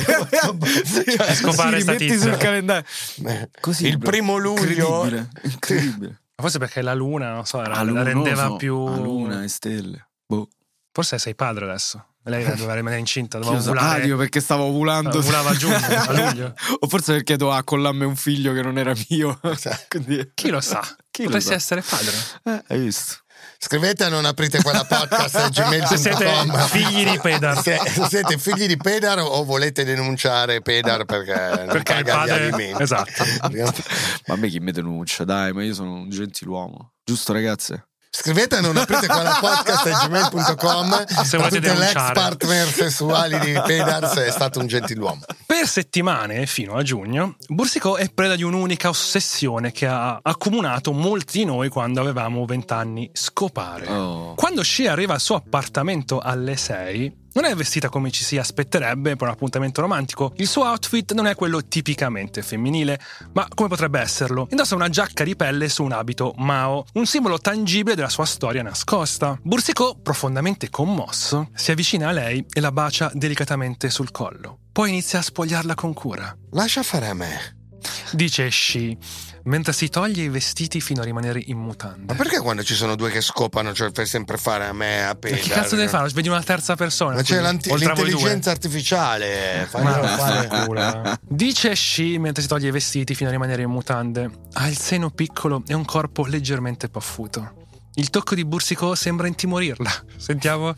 cioè, scopare sì, metti sul calendario. Così, il primo luglio. Incredibile, incredibile. Forse perché la luna, non so, la, luna, la rendeva so, più... La luna e stelle. Boh. Forse sei padre adesso. Lei doveva rimanere incinta, doveva so, ovulare. Ah, Dio, perché stavo ovulando. Ovulava a giugno, a luglio. O forse perché doveva accollarmi un figlio che non era mio. Quindi... Chi lo sa? Chi Potresti lo sa? essere padre. Eh, hai visto? Scrivete a non aprite quella podcast a gmail punto com. Se siete figli di Pedar. Se, se siete figli di Pedar o volete denunciare Pedar perché non perché paga il padre... gli alimenti. Esatto. Ma a me chi mi denuncia? Dai, ma io sono un gentiluomo. Giusto, ragazze? Scrivete a non aprite quella podcast a gmail punto com. Se volete tutte l'ex denunciare. partner sessuali di Pedar, è stato un gentiluomo. Per settimane, fino a giugno, Bursico è preda di un'unica ossessione che ha accomunato molti di noi quando avevamo vent'anni: scopare. Oh. Quando Sci arriva al suo appartamento alle sei, non è vestita come ci si aspetterebbe per un appuntamento romantico. Il suo outfit non è quello tipicamente femminile, ma come potrebbe esserlo? Indossa una giacca di pelle su un abito Mao, un simbolo tangibile della sua storia nascosta. Bursico, profondamente commosso, si avvicina a lei e la bacia delicatamente sul collo. Poi inizia a spogliarla con cura. Lascia fare a me, dice Sci, mentre si toglie i vestiti fino a rimanere in mutande. ma perché quando ci sono due che scopano, cioè fai sempre fare a me a Pedar? Che cazzo deve fare? Vedi una terza persona? Ma c'è quindi, l'intelligenza artificiale. Ma fare... Dice Sci mentre si toglie i vestiti fino a rimanere in mutande. Ha il seno piccolo e un corpo leggermente paffuto. Il tocco di Bursico sembra intimorirla. Sentiamo.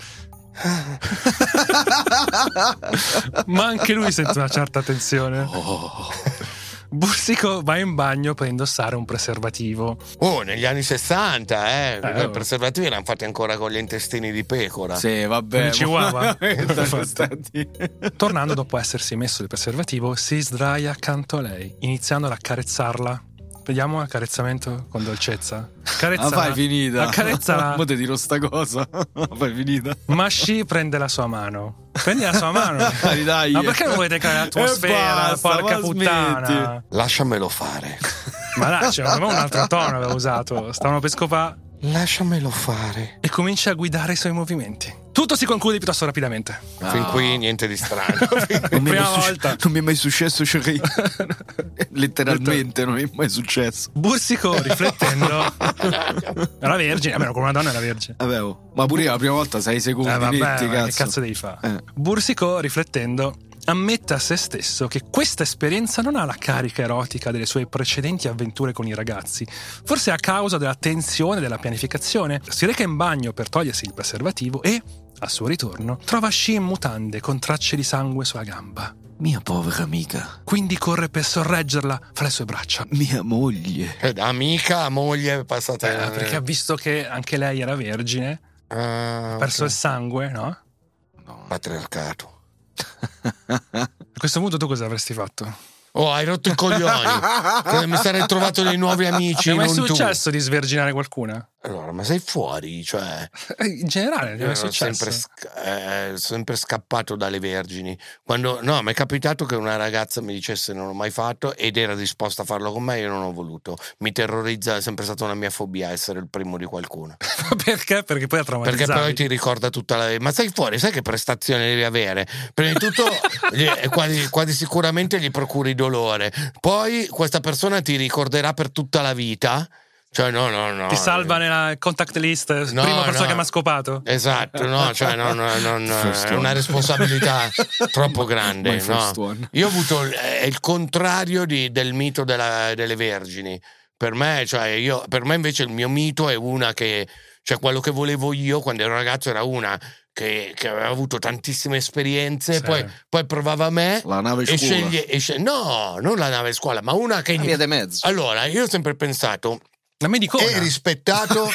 Ma anche lui sente una certa tensione. Oh. Bursico va in bagno per indossare un preservativo. Oh, negli anni sessanta, eh, eh i preservativi erano fatti ancora con gli intestini di pecora. Sì, vabbè. Chihuahua. Tornando dopo essersi messo il preservativo, si sdraia accanto a lei, iniziando ad accarezzarla. Vediamo l'accarezzamento con dolcezza. Carezzala. Ma fai finita. Accarezzala. Ma te dirò sta cosa. Ma fai finita. Ma Sci prende la sua mano. Prendi la sua mano. Dai, dai. Ma perché non volete creare l'atmosfera? Basta, porca puttana. smetti. Lasciamelo fare. Ma là, c'era un altro tono aveva usato. Stavano per scopare. Lasciamelo fare. E comincia a guidare i suoi movimenti. Tutto si conclude piuttosto rapidamente. No. Fin qui niente di strano. non, mi Prima succe- volta. non mi è mai successo, chérie. Letteralmente non mi è mai successo. Bursico, riflettendo, era vergine, almeno con una donna era vergine. Vabbè, oh. Ma pure io la prima volta sei secondi eh, vabbè, netti, cazzo. Che cazzo devi fare? Eh. Bursico, riflettendo, ammette a se stesso che questa esperienza non ha la carica erotica delle sue precedenti avventure con i ragazzi, forse a causa della tensione della pianificazione. Si reca in bagno per togliersi il preservativo e, al suo ritorno, trova Sci in mutande con tracce di sangue sulla gamba. Mia povera amica. Quindi corre per sorreggerla fra le sue braccia. Mia moglie. Eh, da amica a moglie passata. Eh, perché ha visto che anche lei era vergine, ah, ha perso okay. il sangue, no? No. Patriarcato. A questo punto tu cosa avresti fatto? Oh, hai rotto i coglioni. Mi sarei trovato dei nuovi amici. È mai non successo tu. Di sverginare qualcuna? Allora, ma sei fuori? Cioè, in generale, non è sono successo. sempre, sca- eh, sempre scappato dalle vergini. Quando, no, mi è capitato che una ragazza mi dicesse non l'ho mai fatto ed era disposta a farlo con me, io non ho voluto. Mi terrorizza, è sempre stata una mia fobia essere il primo di qualcuno. Perché? Perché poi ha traumatizzato. Perché poi ti ricorda tutta la... Ma sei fuori, sai che prestazione devi avere? Prima di tutto gli- quasi, quasi sicuramente gli procuri dolore. Poi questa persona ti ricorderà per tutta la vita. Cioè, no, no, no. Ti salva nella contact list, No, prima persona no. che mi ha scopato. Esatto, no, cioè no, no, no, no, First è una one. responsabilità troppo grande. My first No. one. Io ho avuto il- è il contrario di- del mito della- delle vergini. Per me, cioè, io, per me invece il mio mito è una che, cioè quello che volevo io quando ero ragazzo era una che, che aveva avuto tantissime esperienze, Sì. poi, poi provava me La nave e scuola. sceglie, e sceglie- no, non la nave scuola, ma una che... La via di mezzo. Allora, io ho sempre pensato, La medicona. è rispettato...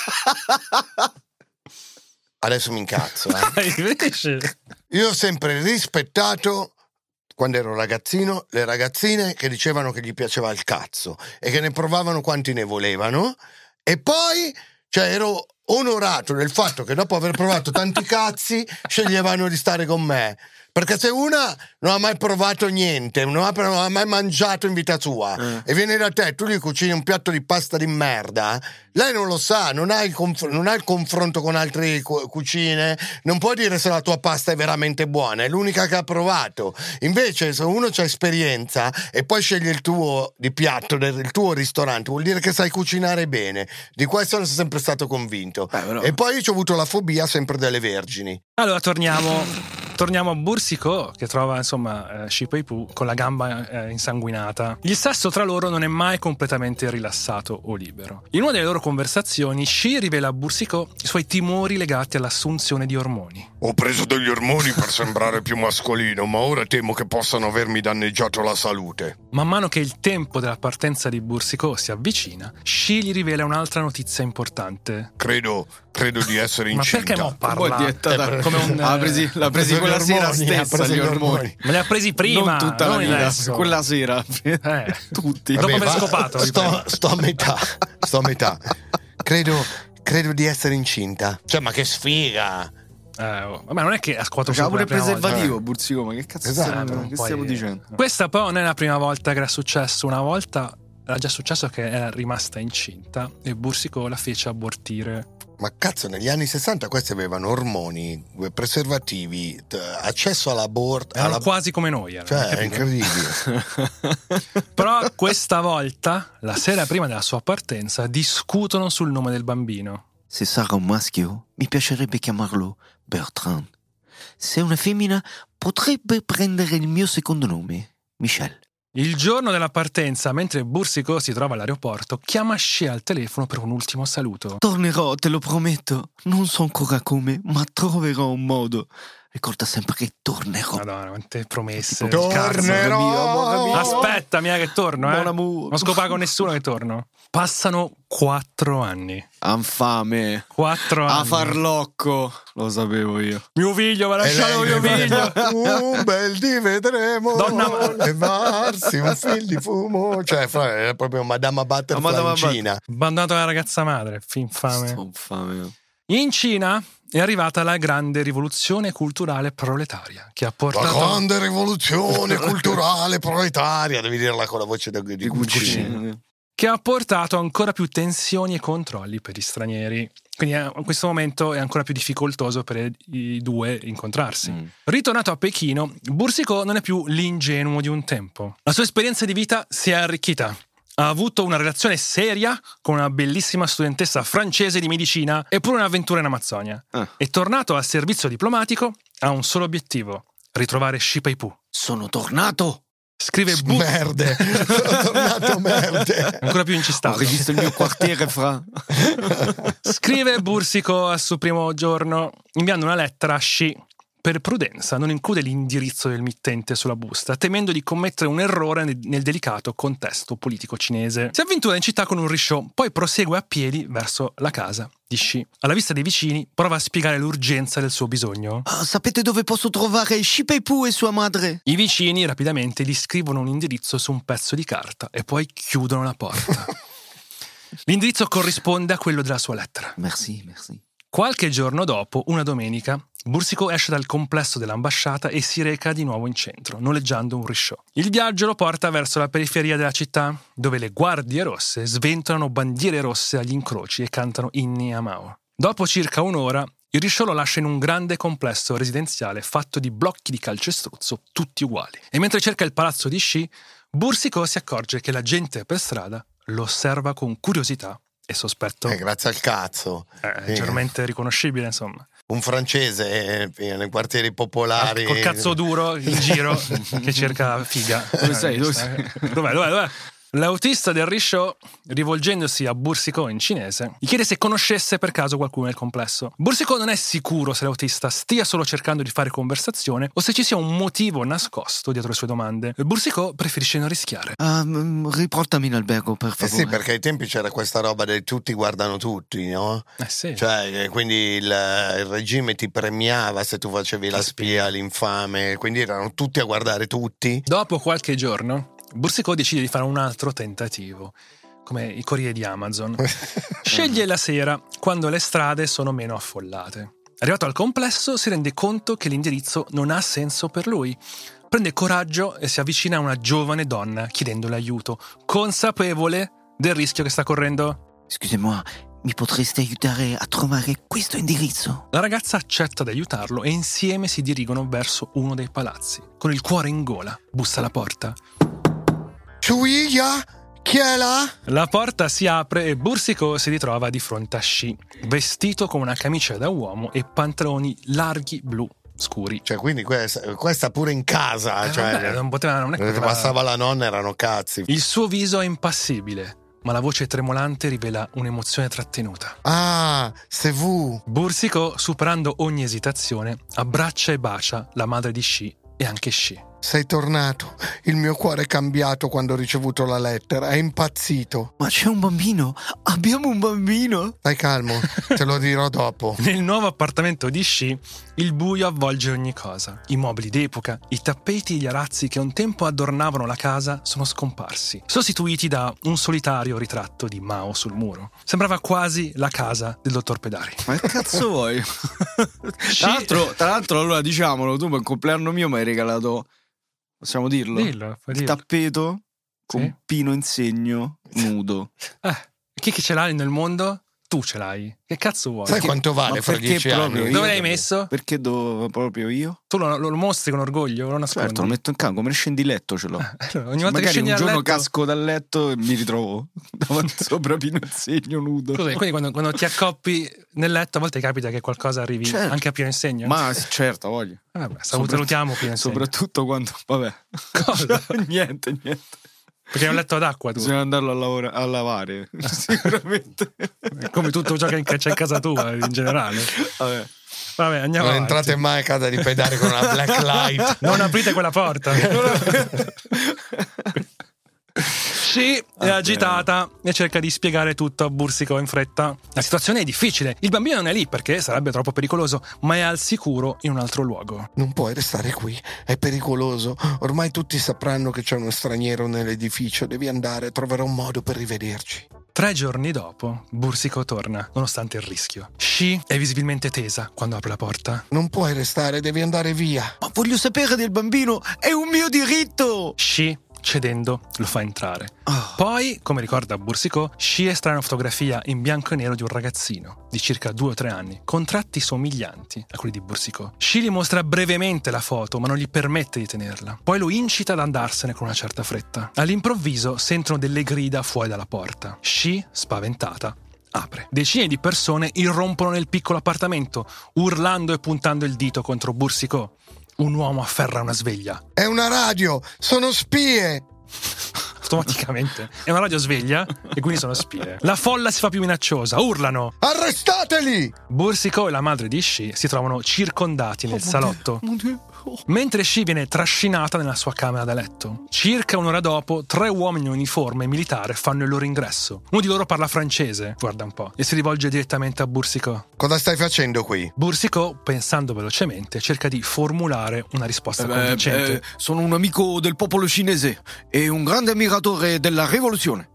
Adesso mi incazzo, eh. Invece- Io ho sempre rispettato, quando ero ragazzino, le ragazzine che dicevano che gli piaceva il cazzo e che ne provavano quanti ne volevano, e poi, cioè, ero onorato del fatto che dopo aver provato tanti cazzi sceglievano di stare con me. Perché se una non ha mai provato niente, non ha, non ha mai mangiato in vita sua, Eh. e viene da te, tu gli cucini un piatto di pasta di merda, lei non lo sa, non ha il, conf- non ha il confronto con altre cu- cucine, non può dire se la tua pasta è veramente buona, è l'unica che ha provato. Invece se uno c'ha esperienza e poi sceglie il tuo di piatto, del, il tuo ristorante, vuol dire che sai cucinare bene. Di questo sono sempre stato convinto. Beh, però- E poi io ho avuto la fobia sempre delle vergini. Allora torniamo Torniamo a Bursicò, che trova insomma eh, Shippei-Poo con la gamba eh, insanguinata. Il sesso tra loro non è mai completamente rilassato o libero. In una delle loro conversazioni, Shi rivela a Bursicò i suoi timori legati all'assunzione di ormoni. Ho preso degli ormoni per sembrare più mascolino, ma ora temo che possano avermi danneggiato la salute. Man mano che il tempo della partenza di Bursicò si avvicina, Shi gli rivela un'altra notizia importante. Credo, credo di essere Ma incinta. perché mo Poi parla? è dietata- come un, l'ha presi, l'ha presi quella sera stessa gli ormoni. Me li ha presi prima, Non tutta la non vita, adesso. quella sera. Eh. Tutti. Dopo aver va, scopato, sto, ripeto. sto a metà, sto a metà. Credo, credo di essere incinta. Cioè, ma che sfiga! Eh, oh, vabbè, non è che ha scuotato C'ha solo pure per la prima volta. preservativo, Bursicò, ma che cazzo Esatto, stiamo, Eh, che poi- stiamo dicendo? Questa però non è la prima volta che era successo. Una volta era già successo che era rimasta incinta e Bursicò la fece abortire. Ma cazzo, negli anni sessanta questi avevano ormoni, preservativi, t- accesso all'aborto. Erano alla... quasi come noi. erano, Cioè, è capito? incredibile. Però questa volta, la sera prima della sua partenza, discutono sul nome del bambino. Se sarà un maschio, mi piacerebbe chiamarlo Bertrand. Se è una femmina, potrebbe prendere il mio secondo nome, Michel. Il giorno della partenza, mentre Bursicò si trova all'aeroporto, chiama Shi al telefono per un ultimo saluto. Tornerò, te lo prometto. Non so ancora come, ma troverò un modo. Ricorda sempre che tornerò. Madonna, quante promesse. Tornerò! Cazzo. Aspetta, mia, che torno, eh. Mon amour. Non scopa con nessuno che torno. Passano quattro anni. Anfame. Quattro anni. A farlocco. Lo sapevo io. Mio figlio, mi ha lasciato mio figlio. Un bel di vedremo Donna- levarsi un fil di fumo. Cioè, fra- è proprio Madama Butterfly Madama in Cina. Abbandonato la ragazza madre, fin fame. Sto infame. In Cina è arrivata la grande rivoluzione culturale proletaria che ha La portato grande rivoluzione culturale proletaria. Devi dirla con la voce di, di Guccini. che ha portato ancora più tensioni e controlli per gli stranieri. Quindi eh, in questo momento è ancora più difficoltoso per i due incontrarsi. Mm. Ritornato a Pechino, Bursicò non è più l'ingenuo di un tempo. La sua esperienza di vita si è arricchita. Ha avuto una relazione seria con una bellissima studentessa francese di medicina e pure un'avventura in Amazzonia. Ah. E tornato al servizio diplomatico ha un solo obiettivo: ritrovare Shippei-Poo. Sono tornato. Scrive Bu- Merde, sono tornato merde. ancora più Ho incistato. rivisto il mio quartiere, fra. Scrive Bursicò al suo primo giorno inviando una lettera a Shi. Per prudenza non include l'indirizzo del mittente sulla busta, temendo di commettere un errore nel, nel delicato contesto politico cinese. Si avventura in città con un risciò, poi prosegue a piedi verso la casa di Shi. Alla vista dei vicini prova a spiegare l'urgenza del suo bisogno. Ah, sapete dove posso trovare Shippei-Poo e sua madre? I vicini rapidamente gli scrivono un indirizzo su un pezzo di carta e poi chiudono la porta. L'indirizzo corrisponde a quello della sua lettera. Merci, merci. Qualche giorno dopo, una domenica, Boursicot esce dal complesso dell'ambasciata e si reca di nuovo in centro, noleggiando un risciò. Il viaggio lo porta verso la periferia della città, dove le guardie rosse sventolano bandiere rosse agli incroci e cantano inni a Mao. Dopo circa un'ora, il risciò lo lascia in un grande complesso residenziale fatto di blocchi di calcestruzzo tutti uguali. E mentre cerca il palazzo di Xi, Boursicot si accorge che la gente per strada lo osserva con curiosità e sospetto. Eh, grazie al cazzo. È leggermente riconoscibile, insomma. Un francese eh, nei quartieri popolari. Col cazzo duro in giro che cerca figa. Dove sei? Dove sei? Dov'è? Dov'è? Dov'è? L'autista del risciò, rivolgendosi a Boursicot in cinese, gli chiede se conoscesse per caso qualcuno nel complesso. Boursicot non è sicuro se l'autista stia solo cercando di fare conversazione o se ci sia un motivo nascosto dietro le sue domande. Boursicot preferisce non rischiare. Um, riportami in albergo, per Eh favore. sì, perché ai tempi c'era questa roba del tutti guardano tutti, no? Eh sì. Cioè, quindi il, il regime ti premiava se tu facevi la spia, l'infame, quindi erano tutti a guardare tutti. Dopo qualche giorno, Boursicot decide di fare un altro tentativo, come i corrieri di Amazon. Sceglie la sera, quando le strade sono meno affollate. Arrivato al complesso, si rende conto che l'indirizzo non ha senso per lui. Prende coraggio e si avvicina a una giovane donna chiedendole aiuto, consapevole del rischio che sta correndo. Scusez-moi, mi potreste aiutare a trovare questo indirizzo? La ragazza accetta di aiutarlo e insieme si dirigono verso uno dei palazzi. Con il cuore in gola, bussa alla porta. Ciuia? Chi è là? La porta si apre e Boursicot si ritrova di fronte a Xi, vestito con una camicia da uomo e pantaloni larghi blu scuri. Cioè, quindi questa, questa pure in casa. Eh, cioè, vabbè, non poteva, non è che poteva... passava la nonna, erano cazzi. Il suo viso è impassibile, ma la voce tremolante rivela un'emozione trattenuta. Ah, c'est vous. Boursicot, superando ogni esitazione, abbraccia e bacia la madre di Xi e anche Xi. Sei tornato. Il mio cuore è cambiato quando ho ricevuto la lettera. È impazzito. Ma c'è un bambino? Abbiamo un bambino? Stai calmo, te lo dirò dopo. Nel nuovo appartamento di Xi, il buio avvolge ogni cosa. I mobili d'epoca, i tappeti e gli arazzi che un tempo adornavano la casa sono scomparsi, sostituiti da un solitario ritratto di Mao sul muro. Sembrava quasi la casa del dottor Pedari. Ma che cazzo vuoi? Xi... Tra l'altro, tra l'altro, allora diciamolo, tu per il compleanno mio mi hai regalato, possiamo dirlo? Dillo, puoi il dirlo. tappeto con Sì. Pino in segno nudo. Eh, chi che ce l'hai nel mondo? Tu ce l'hai. Che cazzo vuoi? Sai Che- quanto vale ma fra perché dieci proprio anni? io? Dove l'hai messo? Perché do, proprio io? Tu lo, lo mostri con orgoglio, lo nascondi. Certo, lo metto in campo, come ne scendi letto ce l'ho. Allora, ogni volta che Magari scendi un dal giorno letto... casco dal letto e mi ritrovo davanti sopra Pino in segno nudo. Scusa, quindi quando, quando ti accoppi nel letto a volte capita che qualcosa arrivi Certo. anche a pieno insegno? Ma certo, voglio. Eh, vabbè, salutiamo pieno insegno. Soprattutto quando, vabbè. Cosa? niente, niente. Perché è un letto d'acqua tu. Bisogna andarlo a, lavora- a lavare, sicuramente. Come tutto ciò che c'è in casa tua in generale. Vabbè. Vabbè, andiamo Non avanti. entrate mai a casa di Pedari con una black light. Non aprite quella porta. Xi è agitata e cerca di spiegare tutto a Boursicot in fretta. La situazione è difficile. Il bambino non è lì perché sarebbe troppo pericoloso, ma è al sicuro in un altro luogo. Non puoi restare qui, è pericoloso. Ormai tutti sapranno che c'è uno straniero nell'edificio. Devi andare, troverò un modo per rivederci. Tre giorni dopo, Boursicot torna, nonostante il rischio. Xi è visibilmente tesa quando apre la porta. Non puoi restare, devi andare via. Ma voglio sapere del bambino, è un mio diritto! Xi, cedendo, lo fa entrare. Oh. Poi, come ricorda Boursicot, Xi estrae una fotografia in bianco e nero di un ragazzino di circa due o tre anni, con tratti somiglianti a quelli di Boursicot. Xi gli mostra brevemente la foto, ma non gli permette di tenerla. Poi lo incita ad andarsene con una certa fretta. All'improvviso sentono delle grida fuori dalla porta. Xi, spaventata, apre. Decine di persone irrompono nel piccolo appartamento, urlando e puntando il dito contro Boursicot. Un uomo afferra una sveglia. È una radio, sono spie. Automaticamente è una radio sveglia e quindi sono spie. La folla si fa più minacciosa, urlano. Arrestateli! Boursicot e la madre di Xi si trovano circondati nel salotto, mentre Xi viene trascinata nella sua camera da letto. Circa un'ora dopo, tre uomini in uniforme militare fanno il loro ingresso. Uno di loro parla francese, guarda un po', e si rivolge direttamente a Boursicot. Cosa stai facendo qui? Boursicot, pensando velocemente, cerca di formulare una risposta convincente. sono un amico del popolo cinese e un grande ammiratore della rivoluzione.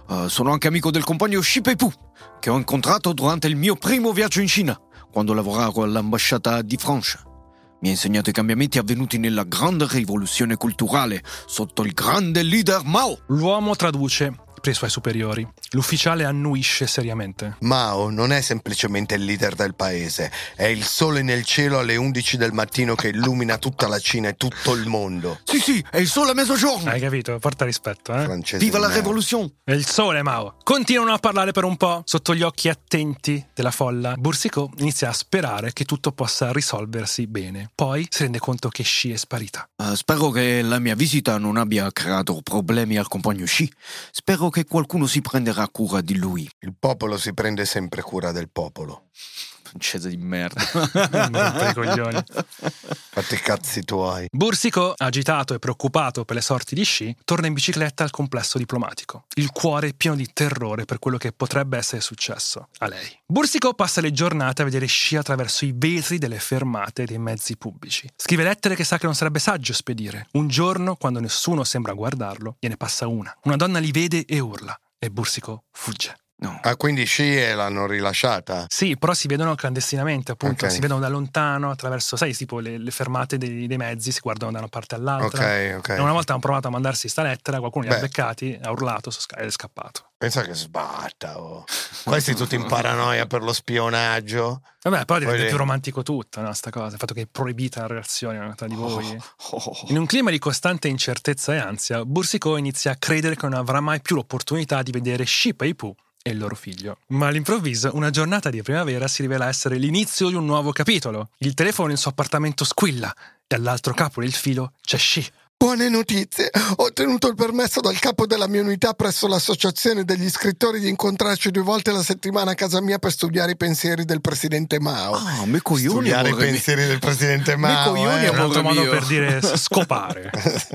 Uh, sono anche amico del compagno Xi Peipu, che ho incontrato durante il mio primo viaggio in Cina, quando lavoravo all'ambasciata di Francia. Mi ha insegnato i cambiamenti avvenuti nella grande rivoluzione culturale sotto il grande leader Mao. L'uomo traduce per i suoi superiori. L'ufficiale annuisce seriamente. Mao non è semplicemente il leader del paese, è il sole nel cielo alle undici del mattino che illumina tutta la Cina e tutto il mondo. Sì, sì, è il sole a mezzogiorno. Hai capito? Porta rispetto, eh? Francese Viva di la merda. rivoluzione. È il sole, Mao. Continuano a parlare per un po'. Sotto gli occhi attenti della folla, Boursicot inizia a sperare che tutto possa risolversi bene. Poi si rende conto che Xi è sparita. Uh, spero che la mia visita non abbia creato problemi al compagno Xi. Spero che qualcuno si prenderà cura di lui. Il popolo si prende sempre cura del popolo. Francese di merda. Non rompere i coglioni. Fatti i cazzi tuoi. Boursicot, agitato e preoccupato per le sorti di Xi, torna in bicicletta al complesso diplomatico, il cuore pieno di terrore per quello che potrebbe essere successo a lei. Boursicot passa le giornate a vedere Xi attraverso i vetri delle fermate dei mezzi pubblici. Scrive lettere che sa che non sarebbe saggio spedire. Un giorno, quando nessuno sembra guardarlo, gliene passa una. Una donna li vede e urla, e Boursicot fugge. No. Ah, quindi Xi l'hanno rilasciata? Sì, però si vedono clandestinamente, appunto, Ok. si vedono da lontano attraverso, sai, tipo le, le fermate dei, dei mezzi, si guardano da una parte all'altra. Ok, ok. E una volta hanno provato a mandarsi sta lettera, qualcuno li ha Beh. beccati, ha urlato so- ed è scappato. Pensa che sbatta, oh. Questi tutti in paranoia per lo spionaggio. Vabbè, però diventa Poi- più romantico tutto, no, sta cosa, il fatto che è proibita la relazione tra di voi. Oh, oh, oh. In un clima di costante incertezza e ansia, Boursicot inizia a credere che non avrà mai più l'opportunità di vedere Xi Peipu e il loro figlio. Ma all'improvviso, una giornata di primavera si rivela essere l'inizio di un nuovo capitolo. Il telefono nel suo appartamento squilla e all'altro capo del filo c'è Xi. Buone notizie! Ho ottenuto il permesso dal capo della mia unità presso l'associazione degli scrittori di incontrarci due volte alla settimana a casa mia per studiare i pensieri del presidente Mao. Ah, me coglioni, Studiare i amore mio. pensieri del presidente Me Mao. coglioni, eh. È un altro amore modo mio. per dire scopare.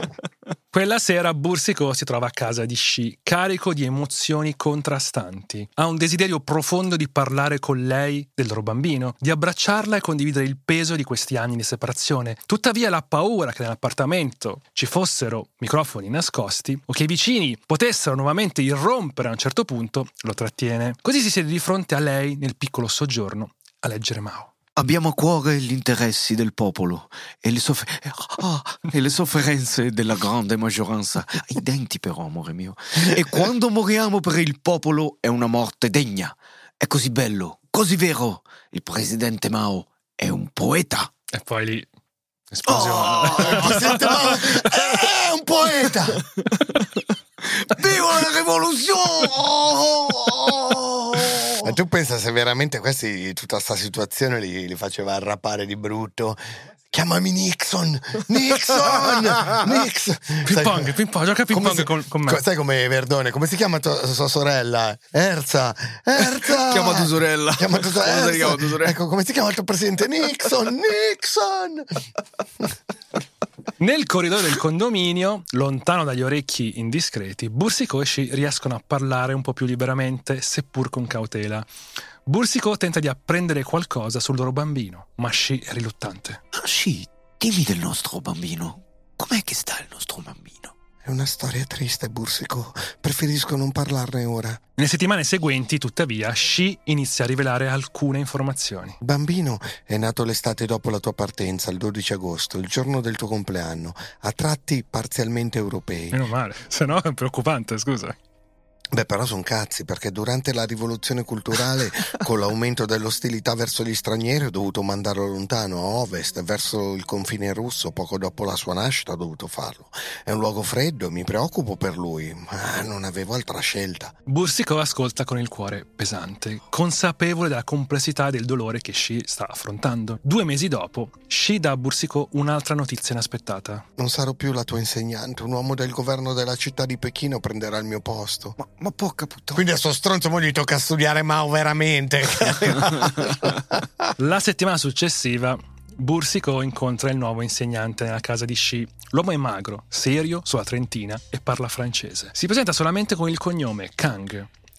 Quella sera Boursicot si trova a casa di Xi, carico di emozioni contrastanti. Ha un desiderio profondo di parlare con lei del loro bambino, di abbracciarla e condividere il peso di questi anni di separazione. Tuttavia la paura che nell'appartamento ci fossero microfoni nascosti o che i vicini potessero nuovamente irrompere a un certo punto lo trattiene. Così si siede di fronte a lei nel piccolo soggiorno a leggere Mao. Abbiamo a cuore gli interessi del popolo e le, soffer- ah, e le sofferenze della grande maggioranza. I denti però, amore mio. E quando moriamo per il popolo è una morte degna. È così bello, così vero. Il presidente Mao è un poeta. E poi lì esplosione. Oh, il presidente Mao è un poeta! Viva la rivoluzione! Oh! Ma tu pensa se veramente questi, tutta sta situazione li, li faceva arrapare di brutto? Chiamami Nixon! Nixon! Nixon! Ping pong, ping pong, gioca ping come pong si- con, con me. co- Sai come Verdone? Come si chiama tua, sua sorella? Erza! Erza! Chiama tua sorella. Chiama tua Come si sorella. chiama tua sorella? Ecco, come si chiama il tuo presidente? Nixon! Nixon! Nel corridoio del condominio, lontano dagli orecchi indiscreti, Boursicot e Xi riescono a parlare un po' più liberamente, seppur con cautela. Boursicot tenta di apprendere qualcosa sul loro bambino, ma Xi è riluttante. Ah, sì, dimmi del nostro bambino. Com'è che sta il nostro bambino? È una storia triste, Boursicot. Preferisco non parlarne ora. Nelle settimane seguenti, tuttavia, Xi inizia a rivelare alcune informazioni. Il bambino è nato l'estate dopo la tua partenza, il dodici agosto, il giorno del tuo compleanno, a tratti parzialmente europei. Meno male, se no è preoccupante, scusa. Beh, però sono cazzi, perché durante la rivoluzione culturale, con l'aumento dell'ostilità verso gli stranieri, ho dovuto mandarlo lontano, a ovest, verso il confine russo. Poco dopo la sua nascita ho dovuto farlo. È un luogo freddo, mi preoccupo per lui, ma non avevo altra scelta. Boursicot ascolta con il cuore pesante, consapevole della complessità del dolore che Xi sta affrontando. Due mesi dopo, Xi dà a Boursicot un'altra notizia inaspettata. Non sarò più la tua insegnante, un uomo del governo della città di Pechino prenderà il mio posto. Ma, ma porca puttana. Quindi a sto stronzo mo gli tocca studiare Mao veramente. La settimana successiva, Boursicot incontra il nuovo insegnante nella casa di Xi. L'uomo è magro, serio, sulla trentina e parla francese. Si presenta solamente con il cognome Kang.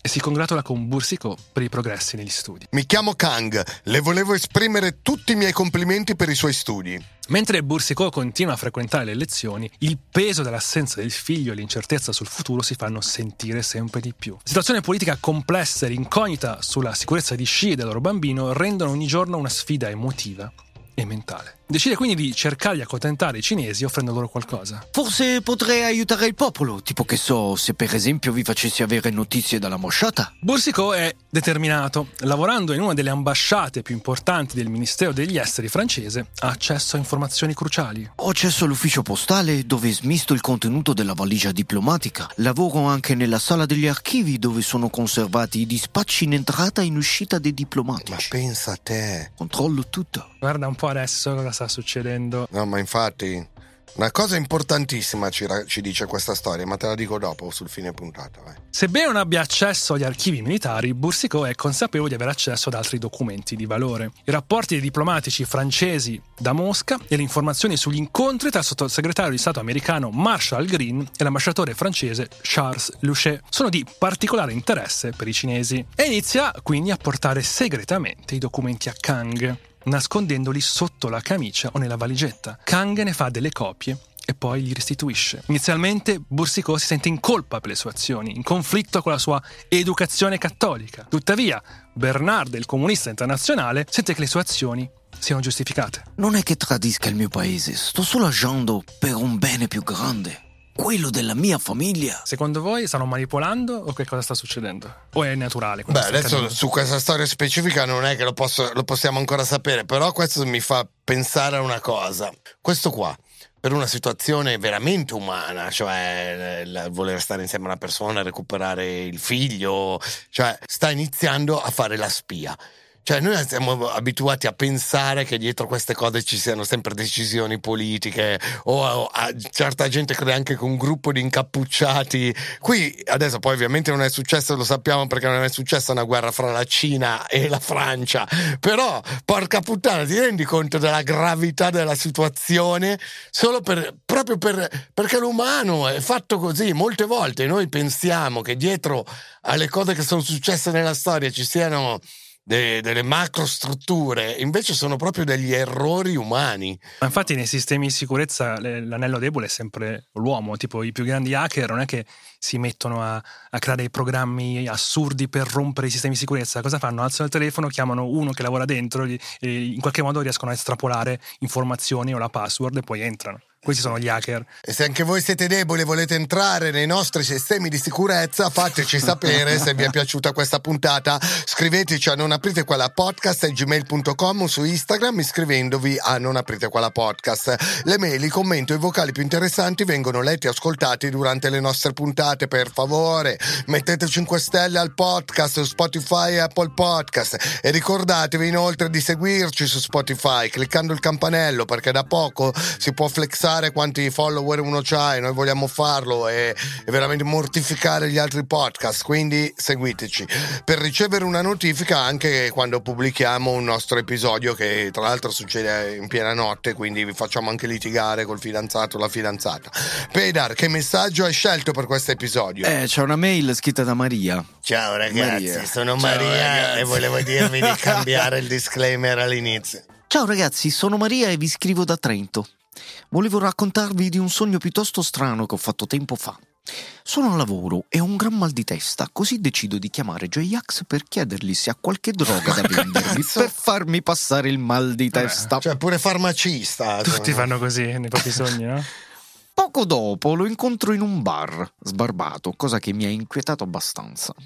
e si congratula con Boursicot per i progressi negli studi. Mi chiamo Kang, le volevo esprimere tutti i miei complimenti per i suoi studi. Mentre Boursicot continua a frequentare le lezioni, il peso dell'assenza del figlio e l'incertezza sul futuro si fanno sentire sempre di più. La situazione politica complessa e l'incognita sulla sicurezza di Xi e del loro bambino rendono ogni giorno una sfida emotiva e mentale. Decide quindi di cercare di accontentare i cinesi offrendo loro qualcosa. Forse potrei aiutare il popolo, tipo che so, se per esempio vi facessi avere notizie dall'ambasciata. Boursicot è determinato. Lavorando in una delle ambasciate più importanti del Ministero degli Esteri francese, ha accesso a informazioni cruciali. Ho accesso all'ufficio postale dove smisto il contenuto della valigia diplomatica. Lavoro anche nella sala degli archivi dove sono conservati i dispacci in entrata e in uscita dei diplomatici. Ma pensa a te. Controllo tutto. Guarda un po' adesso cosa sta succedendo. No, ma infatti una cosa importantissima ci, ra- ci dice questa storia, ma te la dico dopo sul fine puntata. Vai. Sebbene non abbia accesso agli archivi militari, Boursicot è consapevole di avere accesso ad altri documenti di valore. I rapporti dei diplomatici francesi da Mosca e le informazioni sugli incontri tra il sottosegretario di Stato americano Marshall Green e l'ambasciatore francese Charles Luchet sono di particolare interesse per i cinesi. E inizia quindi a portare segretamente i documenti a Kang, nascondendoli sotto la camicia o nella valigetta. Kang ne fa delle copie e poi gli restituisce. Inizialmente Boursicot si sente in colpa per le sue azioni, in conflitto con la sua educazione cattolica. Tuttavia, Bernard, il comunista internazionale, sente che le sue azioni siano giustificate. Non è che tradisca il mio paese, sto solo agendo per un bene più grande. Quello della mia famiglia. Secondo voi stanno manipolando o che cosa sta succedendo? O è naturale? Beh, adesso accadendo? Su questa storia specifica non è che lo, posso, lo possiamo ancora sapere, però questo mi fa pensare a una cosa. Questo qua, per una situazione veramente umana, cioè il voler stare insieme a una persona, recuperare il figlio, cioè sta iniziando a fare la spia. Cioè noi siamo abituati a pensare che dietro queste cose ci siano sempre decisioni politiche o a, a certa gente crede anche con un gruppo di incappucciati. Qui adesso poi ovviamente non è successo, lo sappiamo perché non è successa una guerra fra la Cina e la Francia, però porca puttana, ti rendi conto della gravità della situazione solo per, proprio per, perché l'umano è fatto così. Molte volte noi pensiamo che dietro alle cose che sono successe nella storia ci siano De, delle macrostrutture, invece sono proprio degli errori umani. Ma infatti nei sistemi di sicurezza l'anello debole è sempre l'uomo, tipo i più grandi hacker non è che si mettono a, a creare dei programmi assurdi per rompere i sistemi di sicurezza. Cosa fanno? Alzano il telefono, chiamano uno che lavora dentro e in qualche modo riescono a estrapolare informazioni o la password e poi entrano. Questi sono gli hacker. E se anche voi siete deboli e volete entrare nei nostri sistemi di sicurezza, fateci sapere. Se vi è piaciuta questa puntata, scriveteci a non aprite quella podcast gmail punto com o su Instagram iscrivendovi a non aprite quella podcast. Le mail, i commenti e i vocali più interessanti vengono letti e ascoltati durante le nostre puntate. Per favore, mettete cinque stelle al podcast su Spotify e Apple Podcast e ricordatevi inoltre di seguirci su Spotify cliccando il campanello, perché da poco si può flexare quanti follower uno c'ha e noi vogliamo farlo e, e veramente mortificare gli altri podcast, quindi seguiteci per ricevere una notifica anche quando pubblichiamo un nostro episodio, che tra l'altro succede in piena notte, quindi vi facciamo anche litigare col fidanzato o la fidanzata. Pedar, che messaggio hai scelto per questo episodio? Eh, c'è una mail scritta da Maria. Ciao ragazzi, Maria. sono Ciao, Maria ragazzi. E volevo dirvi di cambiare il disclaimer all'inizio. Ciao ragazzi, sono Maria e vi scrivo da Trento. Volevo raccontarvi di un sogno piuttosto strano che ho fatto tempo fa. Sono al lavoro e ho un gran mal di testa, così decido di chiamare J-Ax per chiedergli se ha qualche droga da vendermi per farmi passare il mal di testa. Cioè pure farmacista. Tutti fanno così nei propri sogni, no? Poco dopo lo incontro in un bar, sbarbato, cosa che mi ha inquietato abbastanza.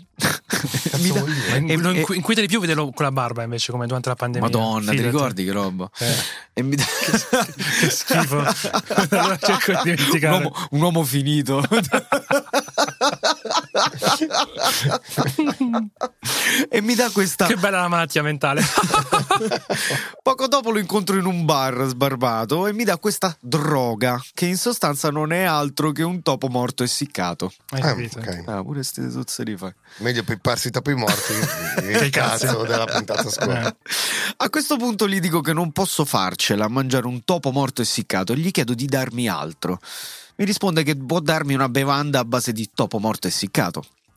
Mi dà- Ma e- non e- inqui- inquieta di più vederlo con la barba invece, come durante la pandemia. Madonna, ti Fidati. ricordi che roba? Eh. E mi dà- Che schifo. Allora cerco di dimenticare. un, uomo, un uomo finito. E mi dà questa. Che bella la malattia mentale. Poco dopo lo incontro in un bar sbarbato e mi dà questa droga che in sostanza non è altro che un topo morto essiccato. Hai Ah, capito? ok. Ah, pure ste zozzerie fai. Meglio pipparsi i topi morti. Che Il cazzo cazzo. della puntata scorsa. Eh. A questo punto gli dico che non posso farcela a mangiare un topo morto essiccato e gli chiedo di darmi altro. Mi risponde che può darmi una bevanda a base di topo morto essiccato.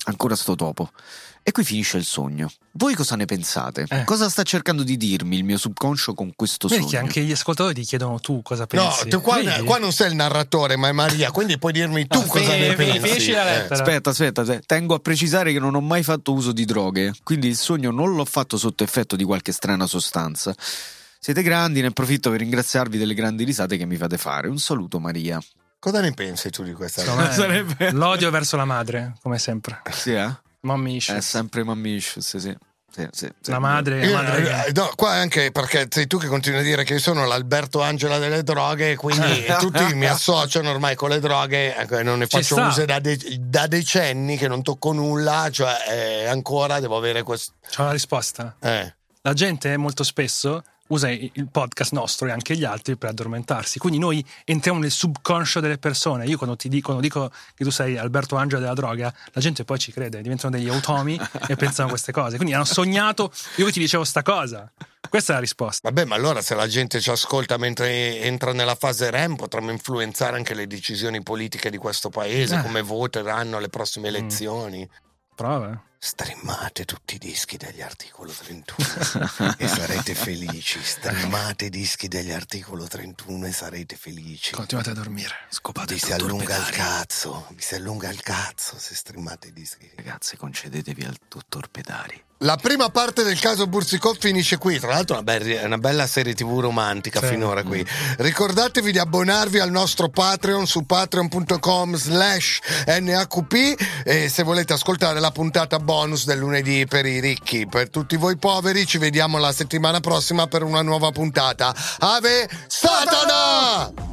Ancora sto topo. E qui finisce il sogno. Voi cosa ne pensate? Eh. Cosa sta cercando di dirmi il mio subconscio con questo Vedi sogno? che anche gli ascoltatori ti chiedono tu cosa No, pensi. tu qua, Vedi? qua non sei il narratore, ma è Maria, quindi puoi dirmi tu No, cosa fi- ne fi- pensi. finisci la Eh. lettera. Aspetta, aspetta, aspetta, tengo a precisare che non ho mai fatto uso di droghe, quindi il sogno non l'ho fatto sotto effetto di qualche strana sostanza. Siete grandi, ne approfitto per ringraziarvi delle grandi risate che mi fate fare. Un saluto, Maria. Cosa ne pensi tu di questa Secondo cosa? me Sarebbe- l'odio verso la madre, come sempre. Sì, eh? Mommy issues. È sempre mammish, sì, sì. Sì, sì, sì. La madre, Io- la madre eh, no, qua anche perché sei tu che continui a dire che io sono l'Alberto Angela delle droghe, quindi tutti mi associano ormai con le droghe, ecco, e non ne Ci faccio sta. uso da, de- da decenni, che non tocco nulla, cioè eh, ancora devo avere questo. c'ho la risposta. Eh. La gente molto spesso usa il podcast nostro e anche gli altri per addormentarsi, quindi noi entriamo nel subconscio delle persone. Io quando ti dico, quando dico che tu sei Alberto Angela della droga, la gente poi ci crede, diventano degli automi e pensano queste cose, quindi hanno sognato io che ti dicevo sta cosa. Questa è la risposta. Vabbè, ma allora se la gente ci ascolta mentre entra nella fase R E M potremmo influenzare anche le decisioni politiche di questo paese, Eh. come voteranno alle prossime elezioni. Prova. Streamate tutti i dischi degli Articolo trentuno e sarete felici. Streamate i dischi degli Articolo trentuno e sarete felici. Continuate a dormire. Scopate Vi il si allunga il Pedari. cazzo, vi si allunga il cazzo se streamate i dischi. Ragazzi, concedetevi al dottor Pedari. La prima parte del caso Burzikov finisce qui. Tra l'altro una, be- una bella serie tv romantica Sì. finora qui. Ricordatevi di abbonarvi al nostro Patreon su patreon punto com slash N H P e se volete ascoltare la puntata bonus del lunedì per i ricchi. Per tutti voi poveri ci vediamo la settimana prossima per una nuova puntata. Ave Satana!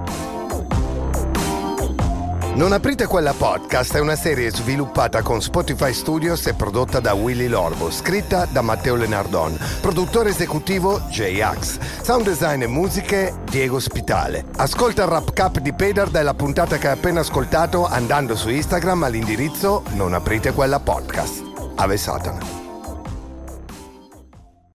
Non aprite quella podcast è una serie sviluppata con Spotify Studios e prodotta da Willy Lorbo, scritta da Matteo Lenardon, produttore esecutivo J-Ax, sound design e musiche Diego Spitale. Ascolta il rap cap di Pedar della puntata che hai appena ascoltato andando su Instagram all'indirizzo Non aprite quella podcast. Ave Satana.